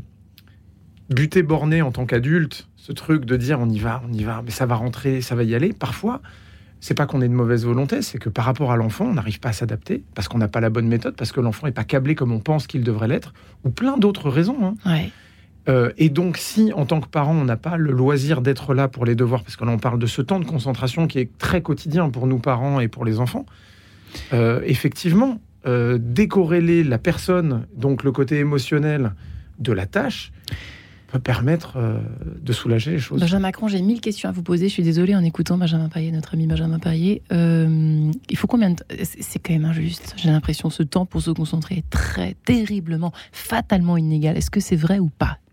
buté, borné en tant qu'adulte, ce truc de dire on y va, on y va, mais ça va rentrer, ça va y aller, parfois... C'est pas qu'on ait de mauvaise volonté, c'est que par rapport à l'enfant, on n'arrive pas à s'adapter, parce qu'on n'a pas la bonne méthode, parce que l'enfant n'est pas câblé comme on pense qu'il devrait l'être, ou plein d'autres raisons. Hein. Ouais. Euh, et donc, si, en tant que parent, on n'a pas le loisir d'être là pour les devoirs, parce que là, on parle de ce temps de concentration qui est très quotidien pour nous parents et pour les enfants, euh, effectivement, euh, décorréler la personne, donc le côté émotionnel de la tâche, peut permettre euh, de soulager les choses. Benjamin Macron, j'ai mille questions à vous poser. Je suis désolée en écoutant Benjamin Payet, notre ami Benjamin Payet. Euh, il faut combien de temps ? C'est quand même injuste. J'ai l'impression ce temps pour se concentrer est très, terriblement, fatalement inégal. Est-ce que c'est vrai ou pas ?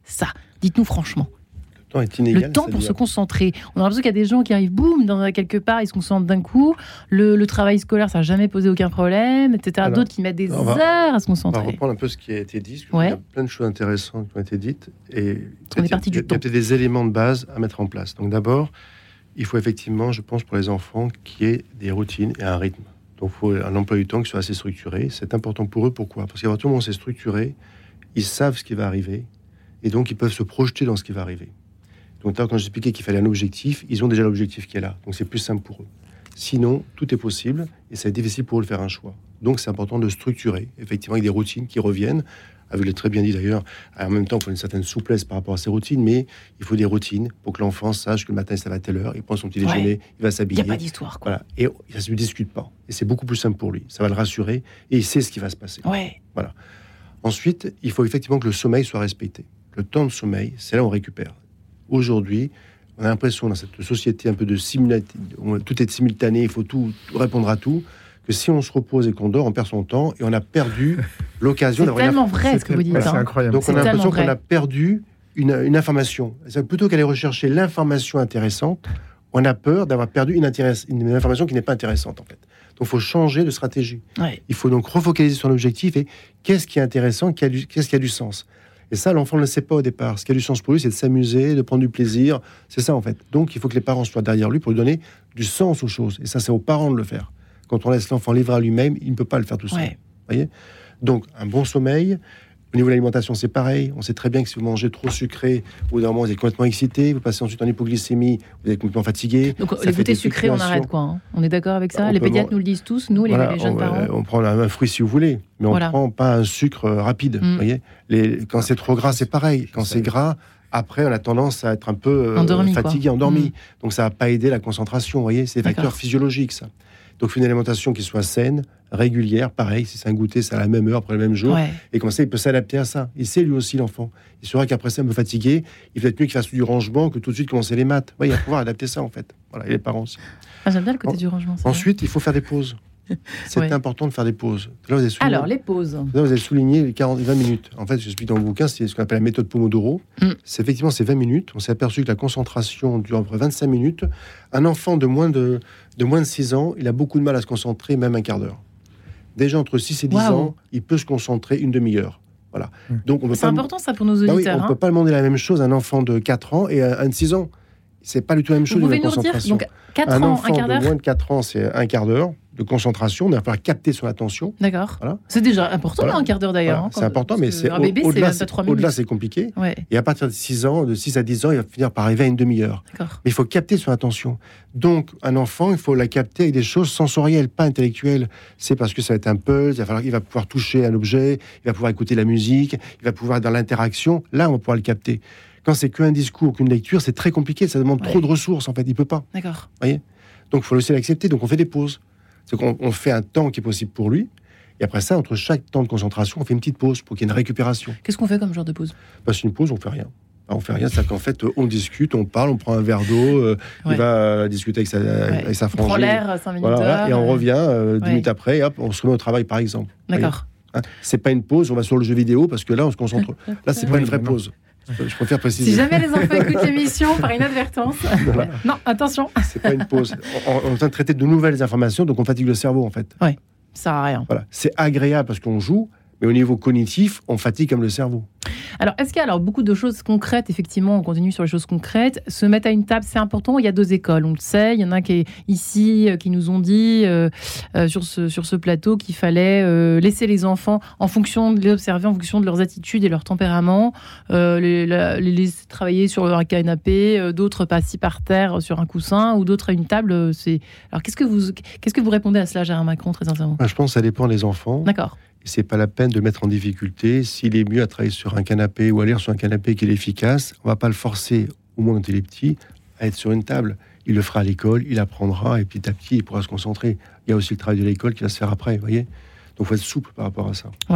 ça? Dites-nous franchement. Le temps est inégal. Le temps pour se concentrer. On a l'impression qu'il y a des gens qui arrivent, boum, dans quelque part, ils se concentrent d'un coup. Le, le travail scolaire, ça n'a jamais posé aucun problème, et cetera. Alors, d'autres qui mettent des va, heures à se concentrer. On va reprendre un peu ce qui a été dit. Ouais. Il y a plein de choses intéressantes qui ont été dites. Et on est parti du temps. Il y a peut-être des éléments de base à mettre en place. Donc d'abord, il faut effectivement, je pense, pour les enfants, qu'il y ait des routines et un rythme. Donc il faut un emploi du temps qui soit assez structuré. C'est important pour eux. Pourquoi ? Parce qu'à partir du moment où c'est structuré, ils savent ce qui va arriver. Et donc, ils peuvent se projeter dans ce qui va arriver. Donc, là, quand j'expliquais qu'il fallait un objectif, ils ont déjà l'objectif qui est là. Donc, c'est plus simple pour eux. Sinon, tout est possible et ça va être difficile pour eux de faire un choix. Donc, c'est important de structurer, effectivement, avec des routines qui reviennent. Vous l'avez très bien dit d'ailleurs. En même temps, il faut une certaine souplesse par rapport à ces routines, mais il faut des routines pour que l'enfant sache que le matin, ça va à telle heure, il prend son petit déjeuner, ouais. il va s'habiller. Il n'y a pas d'histoire, quoi. Voilà. Et ça ne se discute pas. Et c'est beaucoup plus simple pour lui. Ça va le rassurer et il sait ce qui va se passer. Ouais. Voilà. Ensuite, il faut effectivement que le sommeil soit respecté. Le temps de sommeil, c'est là où on récupère. Aujourd'hui, on a l'impression dans cette société un peu de simultané, où tout est simultané, il faut tout, tout répondre à tout, que si on se repose et qu'on dort, on perd son temps et on a perdu l'occasion d'avoir... C'est tellement une... vrai ce que vous dites. C'est hein. incroyable. Donc on a l'impression qu'on a perdu une, une information. C'est plutôt qu'aller rechercher l'information intéressante, on a peur d'avoir perdu une, intéress... une information qui n'est pas intéressante en fait. Donc il faut changer de stratégie. Ouais. Il faut donc refocaliser sur l'objectif et qu'est-ce qui est intéressant, qu'est-ce qui a du sens. Et ça, l'enfant ne le sait pas au départ. Ce qui a du sens pour lui, c'est de s'amuser, de prendre du plaisir. C'est ça, en fait. Donc, il faut que les parents soient derrière lui pour lui donner du sens aux choses. Et ça, c'est aux parents de le faire. Quand on laisse l'enfant livrer à lui-même, il ne peut pas le faire tout seul. Ouais. Voyez ? Donc, un bon sommeil. Au niveau de l'alimentation, c'est pareil. On sait très bien que si vous mangez trop sucré, au bout d'un moment, vous êtes complètement excité. Vous passez ensuite en hypoglycémie, vous êtes complètement fatigué. Donc, les goûters sucrés, on arrête quoi hein. On est d'accord avec ça? On Les pédiatres man... nous le disent tous, nous, les, voilà, les jeunes on, parents. On prend un fruit si vous voulez, mais on ne voilà. prend pas un sucre rapide. Mm. Voyez les, quand c'est trop gras, c'est pareil. Quand c'est gras, après, on a tendance à être un peu endormi, euh, fatigué, quoi. endormi. Mm. Donc, ça va pas aider la concentration. Vous voyez, c'est des facteurs physiologiques, ça. Donc, une alimentation qui soit saine, régulière, pareil, si c'est un goûter, c'est à la même heure, après le même jour. Ouais. Et comme ça, il peut s'adapter à ça. Il sait lui aussi, l'enfant. Il saura qu'après ça, il me fatiguer. Il peut être mieux qu'il fasse du rangement que tout de suite commencer les maths. Ouais, il va pouvoir adapter ça, en fait. Voilà, et les parents aussi. Ah, j'aime bien le côté en, du rangement. Ensuite, vrai. il faut faire des pauses. C'est ouais. important de faire des pauses. Là, vous avez souligné, Alors, les pauses. Là, vous avez souligné les quarante, vingt minutes. En fait, j'explique dans le bouquin, c'est ce qu'on appelle la méthode Pomodoro. Mm. C'est effectivement ces vingt minutes. On s'est aperçu que la concentration dure à peu près vingt-cinq minutes. Un enfant de moins de, de moins de six ans, il a beaucoup de mal à se concentrer, même un quart d'heure. Déjà, entre six et dix wow. ans, il peut se concentrer une demi-heure. Voilà. Mm. Donc, on peut c'est pas important, ça, pour nos auditeurs. Bah oui, on ne hein. peut pas demander la même chose à un enfant de quatre ans et à un de six ans. C'est pas du tout la même chose. Vous pouvez de nous concentration. dire, donc quatre un ans, enfant un quart d'heure de moins de quatre ans, c'est un quart d'heure de concentration. On va falloir capter son attention. D'accord. Voilà. C'est déjà important, voilà. un quart d'heure d'ailleurs. Voilà. Hein, c'est important, mais c'est un bébé, au-delà, c'est, c'est, au-delà, c'est compliqué. Ouais. Et à partir de six ans, de six à dix ans, il va finir par arriver à une demi-heure. D'accord. Mais il faut capter son attention. Donc, un enfant, il faut la capter avec des choses sensorielles, pas intellectuelles. C'est parce que ça va être un puzzle, il va falloir, il va pouvoir toucher un objet, il va pouvoir écouter la musique, il va pouvoir être dans l'interaction. Là, on va pouvoir le capter. Quand c'est qu'un discours, qu'une lecture, c'est très compliqué. Ça demande ouais. trop de ressources, en fait. Il peut pas. D'accord. Voyez. Donc, il faut aussi l'accepter. Donc, on fait des pauses. C'est qu'on on fait un temps qui est possible pour lui. Et après ça, entre chaque temps de concentration, on fait une petite pause pour qu'il y ait une récupération. Qu'est-ce qu'on fait comme genre de pause ? Bah, c'est une pause, on fait rien. On fait rien, c'est qu'en fait, on discute, on parle, on prend un verre d'eau, euh, ouais. il va euh, discuter avec sa, ouais. avec sa frangine. On prend l'air cinq minutes. Voilà, heure, et on euh... revient euh, dix ouais. minutes après, et hop, on se remet au travail, par exemple. D'accord. Hein, c'est pas une pause, on va sur le jeu vidéo, parce que là, on se concentre. Là, c'est pas une vraie pause. Je préfère préciser. Si jamais les enfants écoutent l'émission par inadvertance, voilà. non, attention. C'est pas une pause. On, on est en train de traiter de nouvelles informations, donc on fatigue le cerveau, en fait. Oui, ça sert à rien. Voilà. C'est agréable parce qu'on joue, mais au niveau cognitif, on fatigue comme le cerveau. Alors, est-ce qu'il y a alors beaucoup de choses concrètes, effectivement, on continue sur les choses concrètes, se mettre à une table, c'est important. Il y a deux écoles, on le sait. Il y en a qui est ici, qui nous ont dit euh, euh, sur, ce, sur ce plateau qu'il fallait euh, laisser les enfants, en fonction de les observer, en fonction de leurs attitudes et leur tempérament, euh, les, la, les laisser travailler sur un canapé, euh, d'autres pas assis par terre sur un coussin, ou d'autres à une table. Euh, c'est... Alors, qu'est-ce que, vous, qu'est-ce que vous répondez à cela, Gérard Macron, très sincèrement ? Je pense que ça dépend des enfants. D'accord. C'est pas la peine de mettre en difficulté. S'il est mieux à travailler sur un canapé ou à lire sur un canapé qui est efficace, on va pas le forcer, au moins quand il est petit, à être sur une table. Il le fera à l'école, il apprendra et petit à petit, il pourra se concentrer. Il y a aussi le travail de l'école qui va se faire après, vous voyez. Donc, il faut être souple par rapport à ça. Ouais.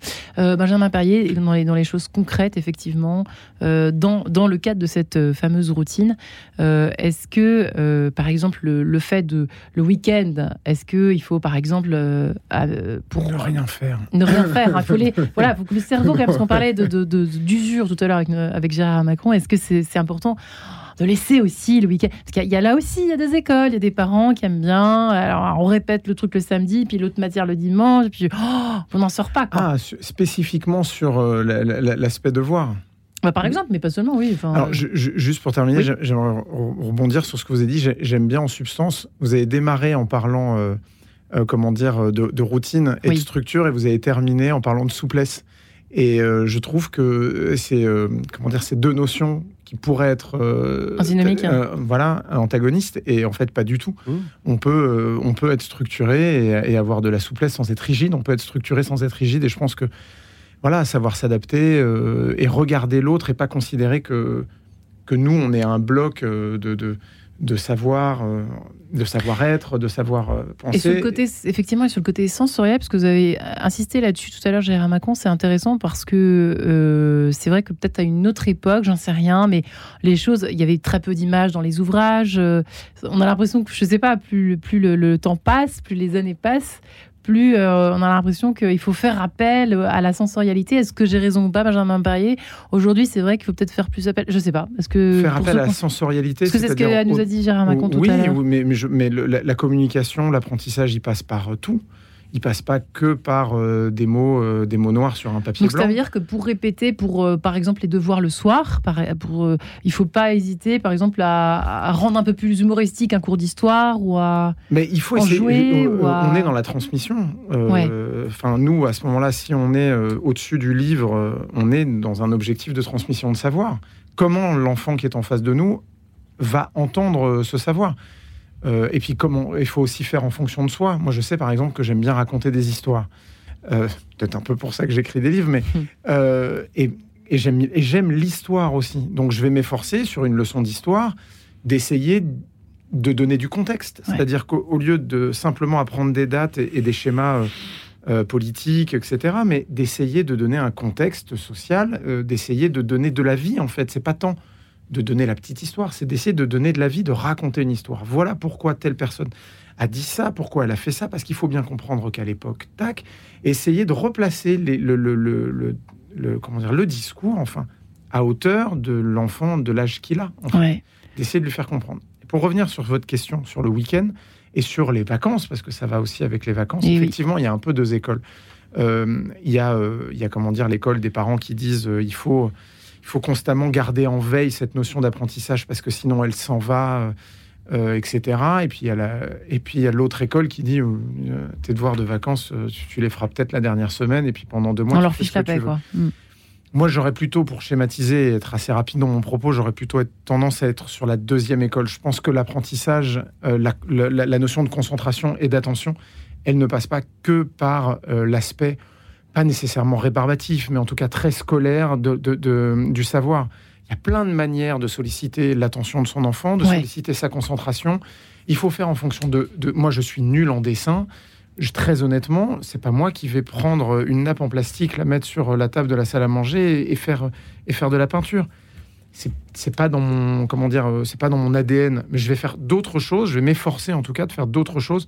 Euh, Benjamin Perrier, dans les, dans les choses concrètes, effectivement, euh, dans, dans le cadre de cette fameuse routine, euh, est-ce que, euh, par exemple, le, le fait de le week-end, est-ce qu'il faut, par exemple, euh, pour ne rien faire, ne rien faire, hein, faut les, voilà, faut que le cerveau, quand même, parce qu'on parlait de, de, de, d'usure tout à l'heure avec, avec Gérard Macron, est-ce que c'est, c'est important de laisser aussi le week-end, parce qu'il y a là aussi, il y a des écoles, il y a des parents qui aiment bien, alors on répète le truc le samedi, puis l'autre matière le dimanche, puis oh, on n'en sort pas, quoi. Ah, spécifiquement sur euh, la, la, l'aspect devoir. Bah, par exemple, mais pas seulement, oui. Enfin, alors, je, je, juste pour terminer, oui. j'aimerais rebondir sur ce que vous avez dit. J'aime bien en substance, vous avez démarré en parlant, euh, euh, comment dire, de, de routine et oui. de structure, et vous avez terminé en parlant de souplesse. Et euh, je trouve que c'est, euh, comment dire, ces deux notions qui pourraient être euh, antinomiques, euh, voilà, antagonistes, et en fait pas du tout. Mmh. On peut, euh, on peut être structuré et, et avoir de la souplesse sans être rigide. On peut être structuré sans être rigide. Et je pense que voilà, savoir s'adapter euh, et regarder l'autre et pas considérer que que nous on est un bloc euh, de, de de savoir, euh, de savoir-être, de savoir euh, penser. Et sur le côté, effectivement, et sur le côté sensoriel, parce que vous avez insisté là-dessus tout à l'heure, Gérard Macron, c'est intéressant parce que euh, c'est vrai que peut-être à une autre époque, j'en sais rien, mais les choses, il y avait très peu d'images dans les ouvrages. Euh, on a l'impression que, je sais pas, plus, plus le, le temps passe, plus les années passent, plus euh, on a l'impression qu'il faut faire appel à la sensorialité. Est-ce que j'ai raison ou pas, Benjamin Perrier ? Aujourd'hui, c'est vrai qu'il faut peut-être faire plus appel. Je sais pas. Est-ce que faire appel à la sensorialité, parce que c'est ce que nous a dit Gérard Macron tout oui, à l'heure. Oui, mais, mais, je, mais le, la, la communication, l'apprentissage, il passe par tout. Il passe pas que par euh, des mots, euh, des mots noirs sur un papier Donc, blanc. Donc ça veut dire que pour répéter, pour euh, par exemple les devoirs le soir, par, pour, euh, il faut pas hésiter, par exemple, à, à rendre un peu plus humoristique un cours d'histoire ou à. Mais il faut en essayer. Jouer, on, ou à... on est dans la transmission. Ouais. Enfin, nous, à ce moment-là, si on est euh, au-dessus du livre, euh, on est dans un objectif de transmission de savoir. Comment l'enfant qui est en face de nous va entendre euh, ce savoir? Euh, et puis, comment il faut aussi faire en fonction de soi. Moi, je sais, par exemple, que j'aime bien raconter des histoires. Euh, peut-être un peu pour ça que j'écris des livres, mais... Euh, et, et, j'aime, et j'aime l'histoire aussi. Donc, je vais m'efforcer, sur une leçon d'histoire, d'essayer de donner du contexte. Ouais. C'est-à-dire qu'au lieu de simplement apprendre des dates et, et des schémas euh, euh, politiques, et cetera, mais d'essayer de donner un contexte social, euh, d'essayer de donner de la vie, en fait. C'est pas tant... de donner la petite histoire, c'est d'essayer de donner de la vie, de raconter une histoire. Voilà pourquoi telle personne a dit ça, pourquoi elle a fait ça, parce qu'il faut bien comprendre qu'à l'époque, tac, essayer de replacer les, le, le, le, le, le, comment dire, le discours, enfin, à hauteur de l'enfant, de l'âge qu'il a, enfin, ouais. d'essayer de lui faire comprendre. Et pour revenir sur votre question, sur le week-end, et sur les vacances, parce que ça va aussi avec les vacances, et effectivement, oui. il y a un peu deux écoles. Euh, il y a, euh, il y a, comment dire, l'école des parents qui disent euh, il faut... Il faut constamment garder en veille cette notion d'apprentissage parce que sinon elle s'en va, euh, et cetera. Et puis il y a la, et puis il y a l'autre école qui dit euh, tes devoirs de vacances, euh, tu, tu les feras peut-être la dernière semaine et puis pendant deux mois. On tu leur fais fiche ce la que paix, tu quoi. veux. Mm. Moi, j'aurais plutôt, pour schématiser et être assez rapide dans mon propos, j'aurais plutôt être, tendance à être sur la deuxième école. Je pense que l'apprentissage, euh, la, la, la notion de concentration et d'attention, elle ne passe pas que par euh, l'aspect pas nécessairement rébarbatif, mais en tout cas très scolaire de, de, de, du savoir. Il y a plein de manières de solliciter l'attention de son enfant, de ouais. solliciter sa concentration. Il faut faire en fonction de... de moi, je suis nul en dessin. Je, très honnêtement, c'est pas moi qui vais prendre une nappe en plastique, la mettre sur la table de la salle à manger et, et, faire, et faire de la peinture. C'est, c'est pas dans mon... Comment dire, c'est pas dans mon A D N. Mais je vais faire d'autres choses. Je vais m'efforcer, en tout cas, de faire d'autres choses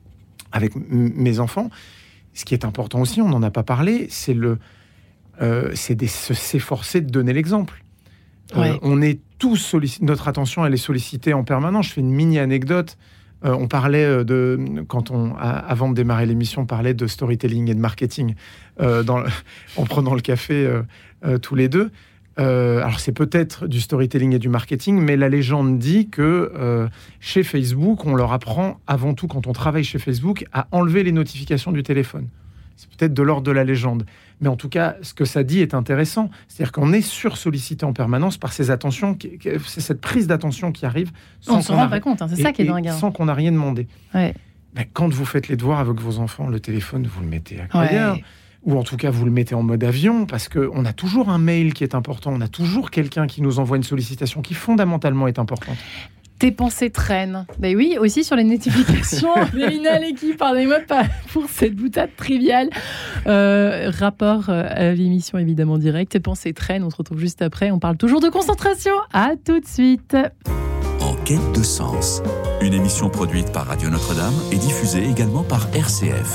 avec m- mes enfants. Ce qui est important aussi, on n'en a pas parlé, c'est, le, euh, c'est de s'efforcer de donner l'exemple. Ouais. Euh, on est tous sollicités, notre attention, elle est sollicitée en permanence. Je fais une mini-anecdote. Euh, on parlait de, quand on, avant de démarrer l'émission, on parlait de storytelling et de marketing euh, dans, en prenant le café euh, euh, tous les deux. Euh, alors c'est peut-être du storytelling et du marketing, mais la légende dit que euh, chez Facebook, on leur apprend avant tout, quand on travaille chez Facebook, à enlever les notifications du téléphone. C'est peut-être de l'ordre de la légende. Mais en tout cas, ce que ça dit est intéressant. C'est-à-dire qu'on est sursollicité en permanence par ces attentions, c'est cette prise d'attention qui arrive sans on ne se rend pas compte, hein, c'est et, ça qui est dingue. Sans qu'on n'a rien demandé. Ouais. Ben, quand vous faites les devoirs avec vos enfants, le téléphone, vous le mettez à ailleurs. Ouais. Ou en tout cas, vous le mettez en mode avion, parce qu'on a toujours un mail qui est important, on a toujours quelqu'un qui nous envoie une sollicitation qui fondamentalement est importante. Tes pensées traînent. Ben oui, aussi sur les notifications. Mélina, l'équipe, pardonnez-moi pas pour cette boutade triviale. Euh, rapport à l'émission évidemment directe. Tes pensées traînent. On se retrouve juste après. On parle toujours de concentration. À tout de suite. En quête de sens. Une émission produite par Radio Notre-Dame et diffusée également par R C F.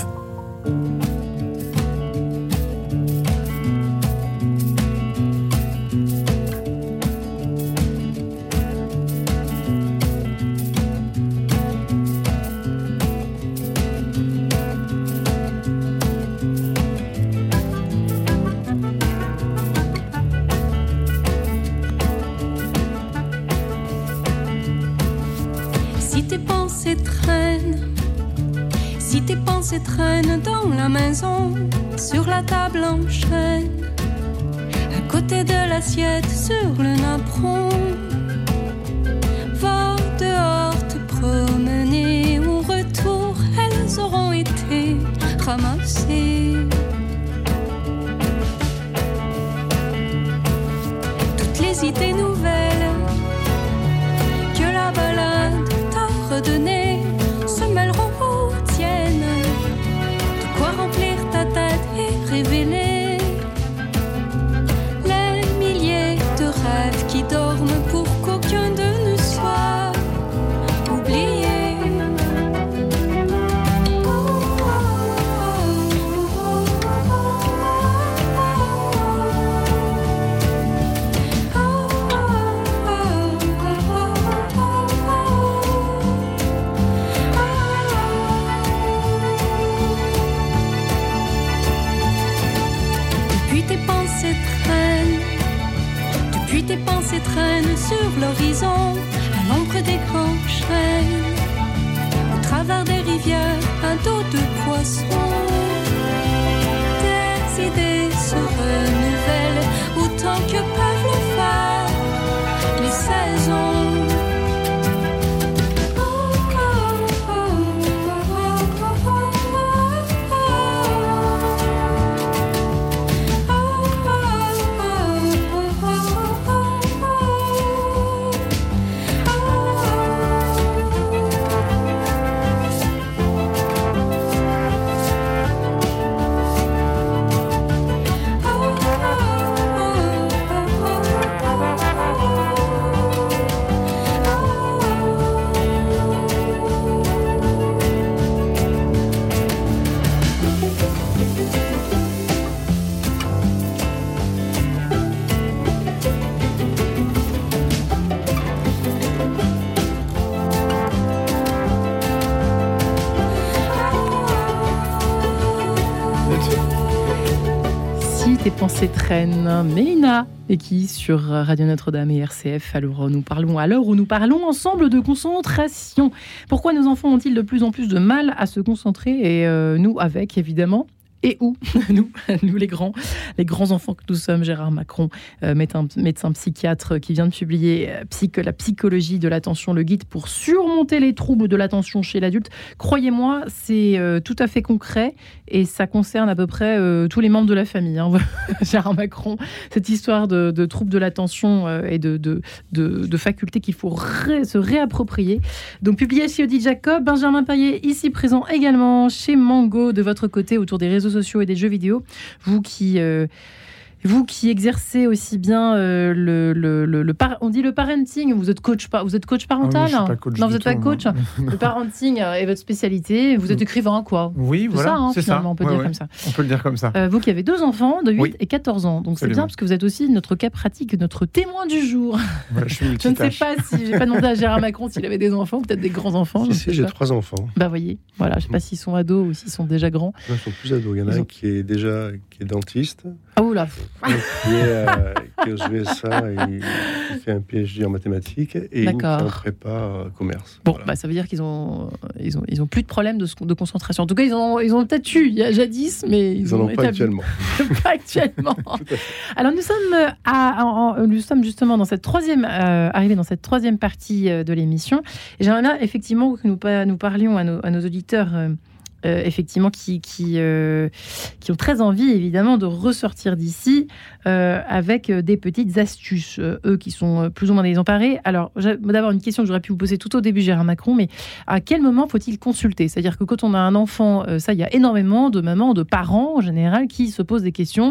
Traîne dans la maison, sur la table en chêne, à côté de l'assiette, sur le napperon. Va dehors te promener, au retour, elles auront été ramassées. Toutes les idées nouvelles que la balade t'a redonnées se mêleront aux tiennes. Quoi remplir ta tête et révéler les milliers de rêves qui dorment pour qu'aucun d'eux ne soit oublié. Tes pensées traînent sur l'horizon, à l'ombre des grands chênes, au travers des rivières, un dos de poisson. Tes idées se renouvellent autant que peuvent le faire les saisons. Tes pensées traînent. Mélina et qui sur Radio Notre-Dame et R C F. Alors nous parlons à l'heure où nous parlons ensemble de concentration. Pourquoi nos enfants ont-ils de plus en plus de mal à se concentrer et euh, nous avec évidemment. Et où nous, nous les grands, les grands enfants que nous sommes, Gérard Macron, euh, médecin, médecin psychiatre qui vient de publier euh, psych, la psychologie de l'attention, le guide pour surmonter les troubles de l'attention chez l'adulte. Croyez-moi, c'est euh, tout à fait concret et ça concerne à peu près euh, tous les membres de la famille. Hein. Gérard Macron, cette histoire de, de troubles de l'attention euh, et de, de, de, de facultés qu'il faut ré, se réapproprier. Donc publié chez Odile Jacob, Benjamin Payet ici présent également chez Mango de votre côté autour des réseaux sociaux et des jeux vidéo, vous qui euh, vous qui exercez aussi bien euh, le, le, le, le par, on dit le parenting, vous êtes coach, vous êtes coach parental. Ah oui, je suis pas coach non, vous n'êtes pas tout, coach. Non. Le parenting est votre spécialité. Vous êtes écrivain, quoi. Oui, c'est voilà, ça, hein, c'est finalement, ça. on peut ouais, dire ouais. comme ça. On peut le dire comme ça. Euh, vous qui avez deux enfants de huit oui. et quatorze ans, donc Absolument. c'est bien parce que vous êtes aussi notre cas pratique, notre témoin du jour. Voilà, je, suis je ne sais pas si j'ai pas demandé à Gérard Macron s'il avait des enfants, peut-être des grands enfants. Si, si, j'ai pas. trois enfants. Bah voyez, voilà, je ne sais pas s'ils sont ados ou s'ils sont déjà grands. Non, ils sont plus ados. Il y en a Ils un ont... qui est déjà qui est dentiste. Oh là. Qui est, euh, qui est au U S A et qui fait un P H D en mathématiques et une qui est en prépa euh, commerce. Bon, voilà. bah, ça veut dire qu'ils ont, ils ont, ils ont plus de problèmes de, de concentration. En tout cas, ils ont, ils ont peut-être eu il y a jadis, mais ils, ils en ont, ont pas actuellement. pas actuellement. Alors nous sommes, à, en, nous sommes justement dans cette troisième, euh, arrivés dans cette troisième partie de l'émission. Et j'aimerais bien effectivement que nous, nous parlions à nos, à nos auditeurs. Euh, euh, effectivement, qui, qui, euh, qui ont très envie, évidemment, de ressortir d'ici euh, avec des petites astuces, euh, eux qui sont plus ou moins désemparés. Alors, d'abord, une question que j'aurais pu vous poser tout au début, Gérard Macron, mais à quel moment faut-il consulter ? C'est-à-dire que quand on a un enfant, euh, ça, il y a énormément de mamans, de parents, en général, qui se posent des questions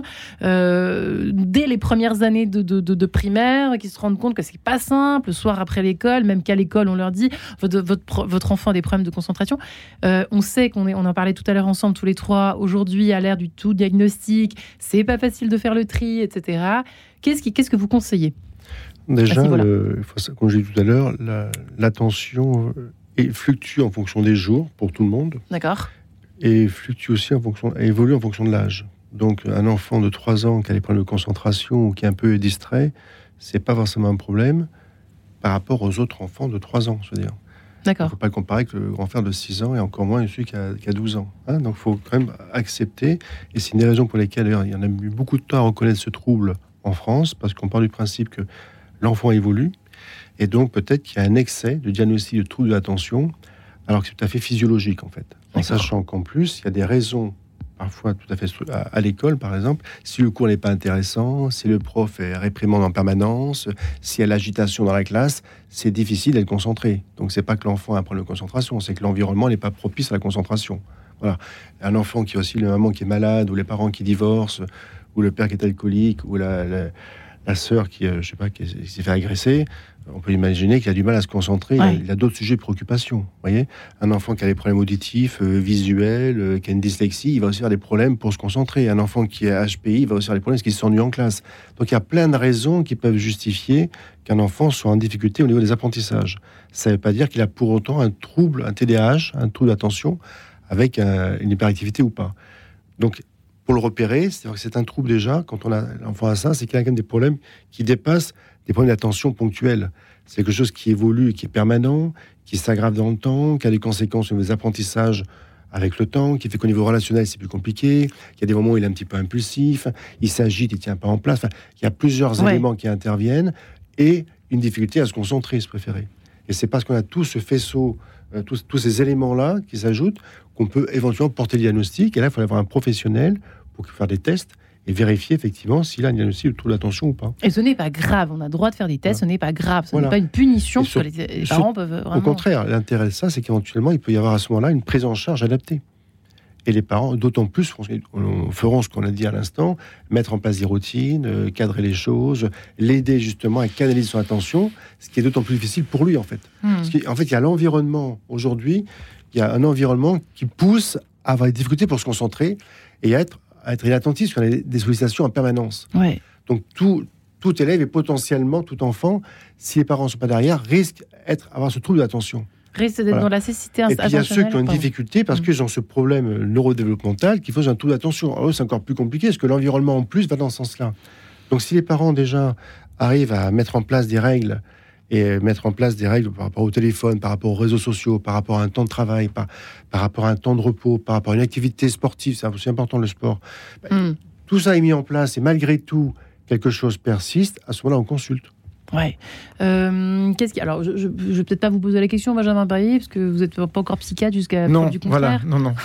euh, dès les premières années de, de, de, de primaire, qui se rendent compte que c'est pas simple, le soir après l'école, même qu'à l'école, on leur dit votre, votre, votre enfant a des problèmes de concentration. Euh, on sait qu'on est, on en parlait tout à l'heure ensemble, tous les trois, aujourd'hui, à l'ère du tout diagnostic, c'est pas facile de faire le tri, et cetera. Qu'est-ce, qui, qu'est-ce que vous conseillez ? Déjà, le, comme j'ai dit tout à l'heure, la, l'attention est, fluctue en fonction des jours pour tout le monde. D'accord. Et fluctue aussi en fonction, évolue en fonction de l'âge. Donc, un enfant de trois ans qui a des problèmes de concentration ou qui est un peu distrait, c'est pas forcément un problème par rapport aux autres enfants de trois ans, je veux dire. D'accord. Il ne faut pas le comparer avec le grand frère de six ans et encore moins celui qui a, qui a douze ans. Hein, donc, il faut quand même accepter. Et c'est une des raisons pour lesquelles, d'ailleurs, il y en a eu beaucoup de temps à reconnaître ce trouble en France, parce qu'on part du principe que l'enfant évolue. Et donc, peut-être qu'il y a un excès de diagnostic de trouble de l'attention, alors que c'est tout à fait physiologique, en fait. En D'accord. sachant qu'en plus, il y a des raisons, parfois tout à fait à, à l'école, par exemple, si le cours n'est pas intéressant, si le prof est réprimande en permanence, s'il y a l'agitation dans la classe, c'est difficile d'être concentré. Donc, c'est pas que l'enfant a un problème de concentration, c'est que l'environnement n'est pas propice à la concentration. Voilà. Un enfant qui a aussi la maman qui est malade, ou les parents qui divorcent, ou le père qui est alcoolique, ou la, la, la sœur qui, euh, je sais pas, qui s'est fait agresser, on peut imaginer qu'il a du mal à se concentrer. Ouais. Il a, il a d'autres sujets de préoccupation. Vous voyez, un enfant qui a des problèmes auditifs, euh, visuels, euh, qui a une dyslexie, il va aussi avoir des problèmes pour se concentrer. Un enfant qui est H P I, il va aussi avoir des problèmes parce qu'il s'ennuie en classe. Donc il y a plein de raisons qui peuvent justifier qu'un enfant soit en difficulté au niveau des apprentissages. Ça ne veut pas dire qu'il a pour autant un trouble, un T D A H, un trouble d'attention, avec un, une hyperactivité ou pas. Donc, pour le repérer, c'est-à-dire que c'est un trouble déjà, quand on a l'enfant a ça, c'est qu'il a quand même des problèmes qui dépassent des problèmes d'attention ponctuels. C'est quelque chose qui évolue, qui est permanent, qui s'aggrave dans le temps, qui a des conséquences sur les apprentissages avec le temps, qui fait qu'au niveau relationnel, c'est plus compliqué. Il y a des moments où il est un petit peu impulsif, il s'agite, il ne tient pas en place. Enfin, il y a plusieurs ouais. éléments qui interviennent et une difficulté à se concentrer, se préférer. Et c'est parce qu'on a tout ce faisceau, euh, tous, tous ces éléments-là qui s'ajoutent, qu'on peut éventuellement porter le diagnostic. Et là, il faut avoir un professionnel pour faire des tests et vérifier effectivement s'il a un diagnostic de trouble d'attention ou pas. Et ce n'est pas grave, on a le droit de faire des tests, voilà. Ce n'est pas grave, ce voilà. n'est pas une punition, sur, parce que les, les sur, parents peuvent vraiment... Au contraire, l'intérêt de ça, c'est qu'éventuellement, il peut y avoir à ce moment-là une prise en charge adaptée. Et les parents, d'autant plus, feront ce qu'on a dit à l'instant, mettre en place des routines, euh, cadrer les choses, l'aider justement à canaliser son attention, ce qui est d'autant plus difficile pour lui, en fait. Mmh. Parce qu'en fait, il y a l'environnement, aujourd'hui, il y a un environnement qui pousse à avoir des difficultés pour se concentrer et à être, à être inattentif, parce qu'on a des sollicitations en permanence. Ouais. Donc, tout, tout élève et potentiellement tout enfant, si les parents ne sont pas derrière, risque d'avoir ce trouble d'attention. Risque d'être voilà. dans la cécité intentionnelle. Et puis, il y a ceux qui ont une difficulté parce mmh. qu'ils ont ce problème neurodéveloppemental qui fait un trouble d'attention. Alors, eux, c'est encore plus compliqué parce que l'environnement, en plus, va dans ce sens-là. Donc, si les parents, déjà, arrivent à mettre en place des règles et mettre en place des règles par rapport au téléphone, par rapport aux réseaux sociaux, par rapport à un temps de travail, par, par rapport à un temps de repos, par rapport à une activité sportive, c'est aussi important le sport. Mm. Tout ça est mis en place et malgré tout, quelque chose persiste, à ce moment-là, on consulte. Ouais. Euh, qu'est-ce qui... Alors, je ne vais peut-être pas vous poser la question, Benjamin Barrier, parce que vous n'êtes pas encore psychiatre jusqu'à non, preuve du contraire. Voilà, non, non.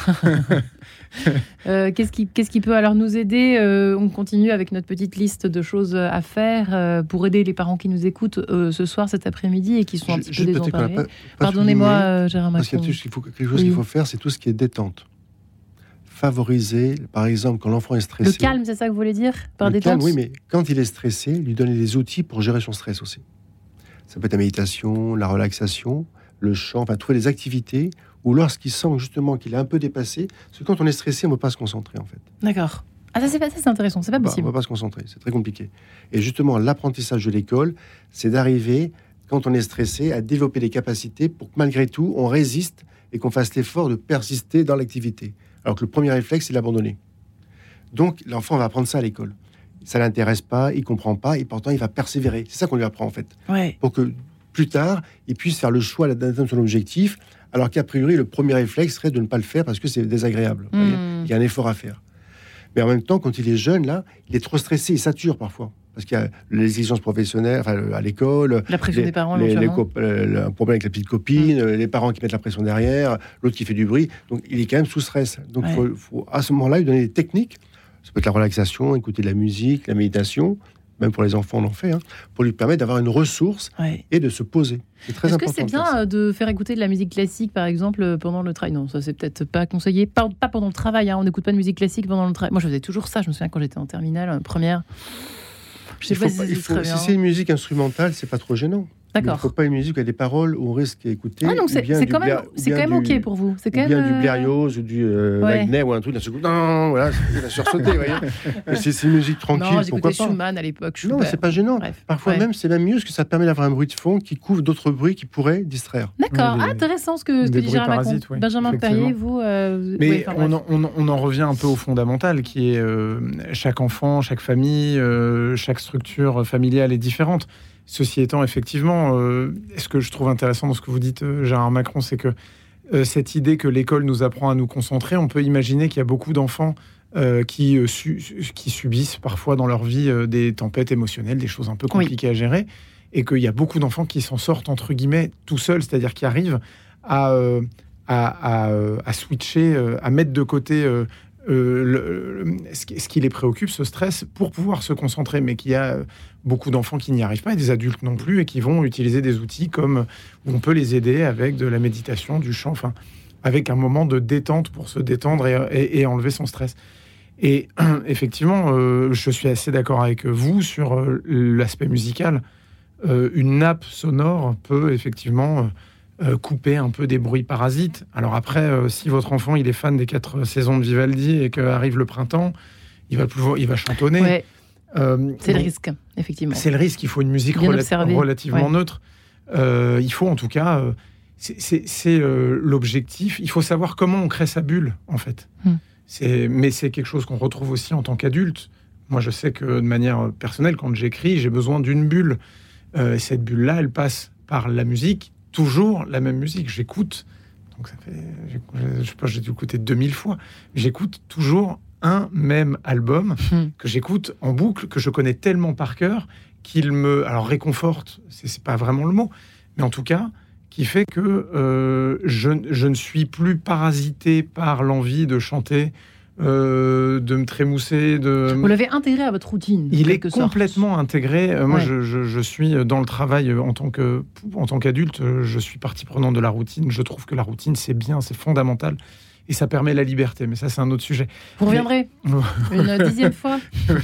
euh, qu'est-ce, qui, qu'est-ce qui peut alors nous aider euh, On continue avec notre petite liste de choses à faire euh, pour aider les parents qui nous écoutent euh, ce soir, cet après-midi, et qui sont un je, petit peu désemparés. Pas, pas Pardonnez-moi, euh, Gérard Macron. Parce qu'il y a qu'il faut, quelque chose oui. qu'il faut faire, c'est tout ce qui est détente. Favoriser, par exemple, quand l'enfant est stressé. Le calme, c'est ça que vous voulez dire par le détente. Calme, oui, mais quand il est stressé, lui donner des outils pour gérer son stress aussi. Ça peut être la méditation, la relaxation, le chant, enfin, trouver des activités où lorsqu'il sent justement qu'il est un peu dépassé, parce que quand on est stressé, on ne peut pas se concentrer, en fait. D'accord. Ah, ça, c'est, pas, ça, c'est intéressant, c'est pas possible. Bah, on ne peut pas se concentrer, c'est très compliqué. Et justement, l'apprentissage de l'école, c'est d'arriver, quand on est stressé, à développer des capacités pour que malgré tout, on résiste et qu'on fasse l'effort de persister dans l'activité. Alors que le premier réflexe, c'est d'abandonner. Donc, l'enfant va apprendre ça à l'école. Ça ne l'intéresse pas, il ne comprend pas, et pourtant, il va persévérer. C'est ça qu'on lui apprend, en fait. Ouais. Pour que, plus tard, il puisse faire le choix d'atteindre son objectif, alors qu'a priori, le premier réflexe serait de ne pas le faire parce que c'est désagréable. Mmh. Il y a un effort à faire. Mais en même temps, quand il est jeune, là, il est trop stressé, il sature parfois. Parce qu'il y a les exigences professionnelles, enfin, à l'école. La pression les, des parents, les, les cop- euh, un problème avec la petite copine, mmh. les parents qui mettent la pression derrière, l'autre qui fait du bruit. Donc, il est quand même sous stress. Donc, il ouais. faut, faut, à ce moment-là, lui donner des techniques. Ça peut être la relaxation, écouter de la musique, la méditation. Même pour les enfants, on l'en fait, hein, pour lui permettre d'avoir une ressource ouais. et de se poser. C'est très Est-ce important. Est-ce que c'est bien de, de faire écouter de la musique classique, par exemple, pendant le travail ? Non, ça, c'est peut-être pas conseillé. Pas, pas pendant le travail, hein. On n'écoute pas de musique classique pendant le travail. Moi, je faisais toujours ça. Je me souviens quand j'étais en terminale, première. Je sais il pas faut, si il faut, si c'est une musique instrumentale, c'est pas trop gênant. D'accord. Il ne faut pas une musique avec des paroles où on risque d'écouter. Ah, donc c'est, c'est quand même, c'est quand même OK pour vous. C'est quand ou bien même du Berlioz ou du euh, ouais. Wagner ou un truc. D'un seul coup, non, voilà, il a sursauté. Vous voyez. C'est, c'est une musique tranquille. Non, pourquoi j'écoutais Schumann à l'époque. Schubert. Non, c'est pas gênant. Bref. Parfois ouais. même, c'est même mieux parce que ça te permet d'avoir un bruit de fond qui couvre d'autres bruits qui pourraient distraire. D'accord. Ouais, ah, intéressant ce que, ce que dit Gérard Macron. Ouais, Benjamin Perrier, vous. Euh, Mais ouais, on, en, on, on en revient un peu au fondamental, qui est euh, chaque enfant, chaque famille, euh, chaque structure familiale est différente. Ceci étant, effectivement, euh, ce que je trouve intéressant dans ce que vous dites, euh, Gérard Macron, c'est que euh, cette idée que l'école nous apprend à nous concentrer, on peut imaginer qu'il y a beaucoup d'enfants euh, qui, euh, su- qui subissent parfois dans leur vie euh, des tempêtes émotionnelles, des choses un peu compliquées oui. à gérer, et qu'il y a beaucoup d'enfants qui s'en sortent, entre guillemets, tout seuls, c'est-à-dire qui arrivent à, euh, à, à, à switcher, euh, à mettre de côté... Euh, Euh, le, le, ce qui les préoccupe, ce stress, pour pouvoir se concentrer, mais qu'il y a beaucoup d'enfants qui n'y arrivent pas, et des adultes non plus, et qui vont utiliser des outils comme où on peut les aider avec de la méditation, du chant, enfin, avec un moment de détente pour se détendre et, et, et enlever son stress. Et effectivement, euh, je suis assez d'accord avec vous sur euh, l'aspect musical. Euh, une nappe sonore peut effectivement... Euh, Euh, couper un peu des bruits parasites. Alors après, euh, si votre enfant il est fan des quatre saisons de Vivaldi et qu'arrive le printemps, il va, plus, il va chantonner. Ouais. Euh, c'est donc, le risque, effectivement. C'est le risque. Il faut une musique rela- relativement ouais. neutre. Euh, il faut en tout cas... Euh, c'est c'est, c'est euh, l'objectif. Il faut savoir comment on crée sa bulle, en fait. Hmm. C'est, mais c'est quelque chose qu'on retrouve aussi en tant qu'adulte. Moi, je sais que de manière personnelle, quand j'écris, j'ai besoin d'une bulle. Euh, et cette bulle-là, elle passe par la musique, toujours la même musique. J'écoute, donc ça fait, je sais pas, j'ai dû écouter deux mille fois. J'écoute toujours un même album mmh. que j'écoute en boucle, que je connais tellement par cœur qu'il me, alors réconforte, c'est, c'est pas vraiment le mot, mais en tout cas, qui fait que euh, je, je ne suis plus parasité par l'envie de chanter. Euh, de me trémousser. De... Vous l'avez intégré à votre routine. Il est complètement sorte. intégré. Euh, moi, ouais. je, je, je suis dans le travail en tant, que, en tant qu'adulte. Je suis partie prenante de la routine. Je trouve que la routine, c'est bien, c'est fondamental. Et ça permet la liberté. Mais ça, c'est un autre sujet. Vous reviendrez Mais... une dixième fois.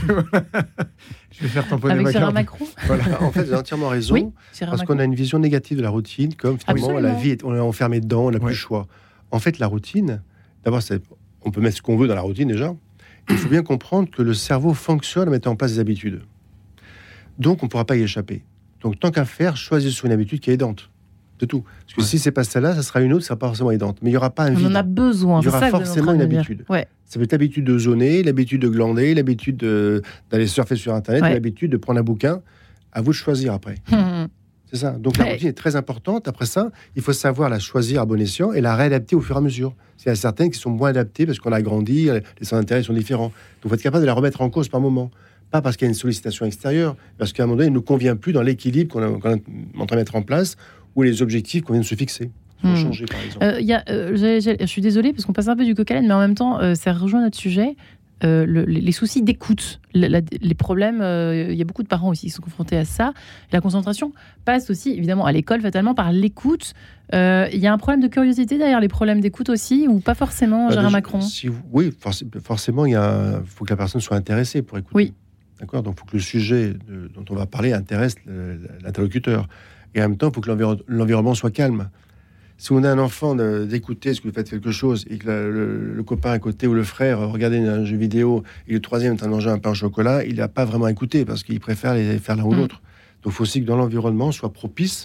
Je vais faire tamponner avec ma Gérard carte. Macron. Voilà. En fait, vous avez entièrement raison. Oui, parce Macron. qu'on a une vision négative de la routine, comme finalement, Absolument. la vie, est, on est enfermé dedans, on n'a ouais. plus le choix. En fait, la routine, d'abord, c'est, on peut mettre ce qu'on veut dans la routine déjà. Il faut bien comprendre que le cerveau fonctionne en mettant en place des habitudes. Donc, on ne pourra pas y échapper. Donc, tant qu'à faire, choisissez une habitude qui est aidante. De tout. Parce que ouais. si c'est pas celle-là, ça sera une autre, ça sera pas forcément aidante. Mais il n'y aura pas un vide. On en a besoin. Il y aura ça forcément une habitude. Ouais. Ça peut être l'habitude de zoner, l'habitude de glander, l'habitude de, d'aller surfer sur Internet, ouais. l'habitude de prendre un bouquin. À vous de choisir après. Mmh. C'est ça. Donc, ouais. la routine est très importante. Après ça, il faut savoir la choisir à bon escient et la réadapter au fur et à mesure. Il y a certaines qui sont moins adaptées parce qu'on a grandi, les centres d'intérêt sont différents. Donc, il faut être capable de la remettre en cause par moment. Pas parce qu'il y a une sollicitation extérieure, parce qu'à un moment donné, il ne nous convient plus dans l'équilibre qu'on, a, qu'on est en train de mettre en place ou les objectifs qu'on vient de se fixer. Il faut mmh. changer, par exemple. Euh, y a, euh, j'ai, j'ai, je suis désolée parce qu'on passe un peu du coq à l'âne, mais en même temps, euh, ça rejoint notre sujet. Euh, le, les soucis d'écoute, la, la, les problèmes, il euh, y a beaucoup de parents aussi qui sont confrontés à ça. La concentration passe aussi, évidemment, à l'école, fatalement, par l'écoute. Il euh, y a un problème de curiosité derrière les problèmes d'écoute aussi, ou pas forcément, bah, Gérard déjà, Macron si, Oui, forc- forcément, il faut que la personne soit intéressée pour écouter. Oui. D'accord. Donc, il faut que le sujet de, dont on va parler intéresse le, l'interlocuteur. Et en même temps, il faut que l'environ, l'environnement soit calme. Si on a un enfant de, d'écouter ce que vous faites quelque chose et que la, le, le copain à côté ou le frère regardait un jeu vidéo et le troisième est en train de manger un pain au chocolat, il n'a pas vraiment écouté parce qu'il préfère les faire l'un ou l'autre. Donc il faut aussi que dans l'environnement soit propice,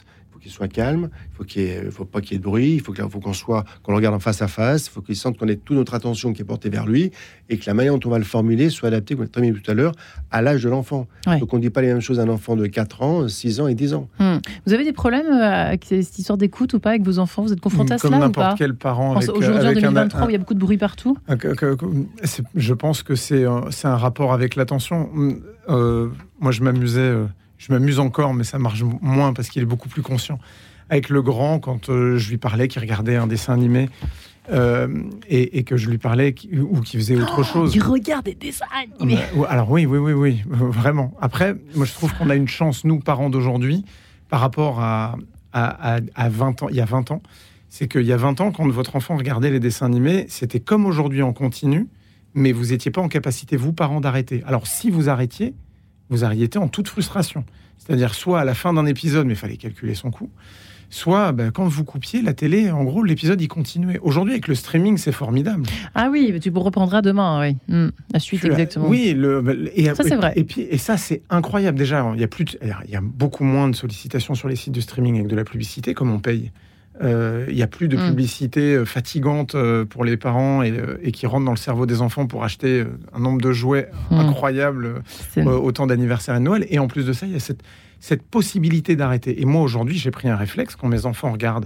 qu'il soit calme, il faut qu'il ne faut pas qu'il y ait de bruit, il faut, que, faut qu'on soit, qu'on le regarde en face à face, il faut qu'il sente qu'on ait toute notre attention qui est portée vers lui et que la manière dont on va le formuler soit adaptée, comme on l'a très bien dit tout à l'heure, à l'âge de l'enfant. Ouais. Donc on ne dit pas les mêmes choses à un enfant de quatre ans, six ans et dix ans. Hum. Vous avez des problèmes avec cette histoire d'écoute ou pas avec vos enfants? Vous êtes confrontés à Comme cela ou pas? n'importe quel parent. Avec, aujourd'hui, avec en deux mille vingt-trois, un, où il y a beaucoup de bruit partout. un, un, c'est, je pense que c'est, c'est un rapport avec l'attention. Euh, moi, je m'amusais, euh, je m'amuse encore, mais ça marche moins parce qu'il est beaucoup plus conscient. Avec le grand, quand euh, je lui parlais, qu'il regardait un dessin animé euh, et, et que je lui parlais qui, ou qu'il faisait autre oh, chose. Il regarde des dessins animés. Euh, alors oui, oui, oui, oui, vraiment. Après, moi, je trouve qu'on a une chance, nous, parents d'aujourd'hui, par rapport à, à, à, à vingt ans, il y a vingt ans, c'est qu'il y a vingt ans, quand votre enfant regardait les dessins animés, c'était comme aujourd'hui en continu, mais vous n'étiez pas en capacité, vous, parents, d'arrêter. Alors, si vous arrêtiez, vous arrêtiez en toute frustration. C'est-à-dire, soit à la fin d'un épisode, mais il fallait calculer son coût, soit ben, quand vous coupiez la télé, en gros, l'épisode, il continuait. Aujourd'hui, avec le streaming, c'est formidable. Ah oui, tu reprendras demain, oui. Mmh, la suite, exactement. Oui, le, et, ça, c'est vrai. Et, puis, et ça, c'est incroyable. Déjà, il y a, plus de, il y a beaucoup moins de sollicitations sur les sites de streaming avec de la publicité, comme on paye. Euh, il n'y a plus de publicité mmh. fatigante pour les parents et, et qui rentre dans le cerveau des enfants pour acheter un nombre de jouets mmh. incroyables euh, au temps d'anniversaire et de Noël. Et en plus de ça, il y a cette, cette possibilité d'arrêter. Et moi, aujourd'hui, j'ai pris un réflexe. Quand mes enfants regardent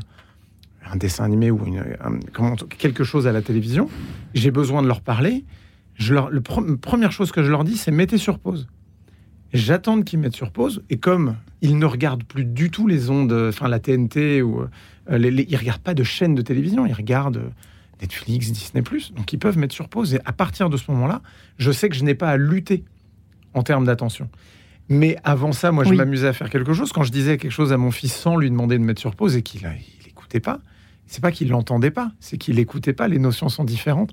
un dessin animé ou une, un, comment, quelque chose à la télévision, j'ai besoin de leur parler. Je leur, le pre- première chose que je leur dis, c'est mettez sur pause. J'attends qu'ils mettent sur pause. Et comme ils ne regardent plus du tout les ondes, enfin la T N T ou... Euh, les, les, ils ne regardent pas de chaînes de télévision, ils regardent euh, Netflix, Disney plus, donc ils peuvent mettre sur pause. Et à partir de ce moment-là, je sais que je n'ai pas à lutter en termes d'attention. Mais avant ça, moi, je oui. m'amusais à faire quelque chose. Quand je disais quelque chose à mon fils sans lui demander de mettre sur pause et qu'il n'écoutait pas, c'est pas qu'il l'entendait pas, c'est qu'il n'écoutait pas, les notions sont différentes.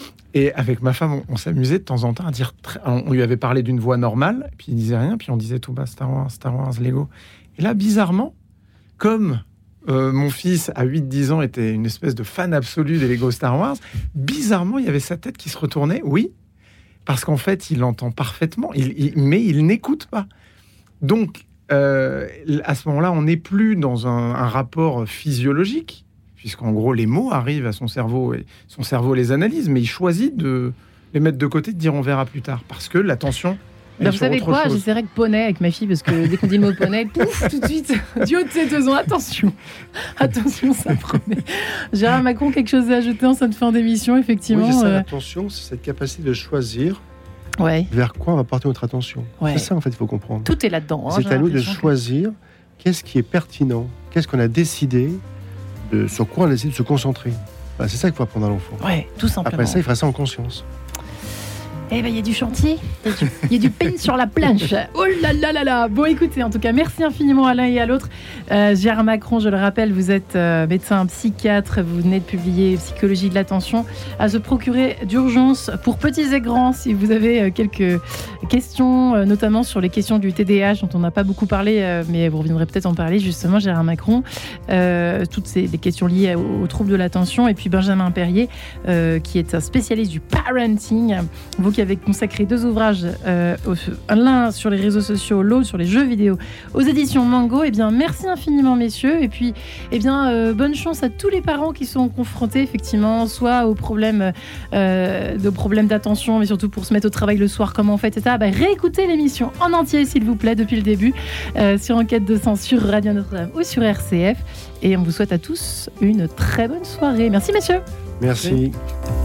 Et avec ma femme, on, on s'amusait de temps en temps à dire... On lui avait parlé d'une voix normale, puis il disait rien, puis on disait tout bas Star Wars, Star Wars, Lego. Et là, bizarrement, comme... Euh, mon fils, à huit dix ans, était une espèce de fan absolu des Lego Star Wars. Bizarrement, il y avait sa tête qui se retournait, oui, parce qu'en fait, il entend parfaitement, il, il, mais il n'écoute pas. Donc, euh, à ce moment-là, on n'est plus dans un, un rapport physiologique, puisqu'en gros, les mots arrivent à son cerveau, et son cerveau les analyse, mais il choisit de les mettre de côté, de dire on verra plus tard, parce que l'attention... Ben vous savez quoi, chose. J'essaierai de poney avec ma fille, parce que dès qu'on dit le mot poney, pouf, tout de suite, du haut de ses deux ans, attention, attention, ça promet. Gérard Macron, quelque chose à ajouter en cette fin d'émission, effectivement. Oui, c'est ça, euh... l'attention, c'est cette capacité de choisir ouais. vers quoi on va porter notre attention. Ouais. C'est ça, en fait, il faut comprendre. Tout est là-dedans. Hein, c'est à nous de choisir que... qu'est-ce qui est pertinent, qu'est-ce qu'on a décidé, de, sur quoi on a décidé de se concentrer. Enfin, c'est ça qu'il faut apprendre à l'enfant. Oui, tout simplement. Après ça, il fera ça en conscience. Eh ben, il y a du chantier, il y a du pain sur la planche. Oh là là là là. Bon, écoutez, en tout cas, merci infiniment à l'un et à l'autre. Euh, Gérard Macron, je le rappelle, vous êtes euh, médecin psychiatre, vous venez de publier Psychologie de l'attention, à se procurer d'urgence pour petits et grands. Si vous avez euh, quelques questions, euh, notamment sur les questions du T D A H, dont on n'a pas beaucoup parlé, euh, mais vous reviendrez peut-être en parler, justement, Gérard Macron. Euh, toutes ces les questions liées aux, aux troubles de l'attention. Et puis Benjamin Perrier, euh, qui est un spécialiste du parenting. Vous qui avez consacré deux ouvrages, euh, l'un sur les réseaux sociaux, l'autre sur les jeux vidéo, aux éditions Mango. Eh bien, merci infiniment, messieurs. Et puis, eh bien, euh, bonne chance à tous les parents qui sont confrontés, effectivement, soit aux problèmes, euh, de problèmes d'attention, mais surtout pour se mettre au travail le soir, comment on fait, et cetera. Bah, réécoutez l'émission en entier, s'il vous plaît, depuis le début, euh, sur Enquête de Sens, sur Radio Notre-Dame ou sur R C F. Et on vous souhaite à tous une très bonne soirée. Merci, messieurs. Merci. Merci.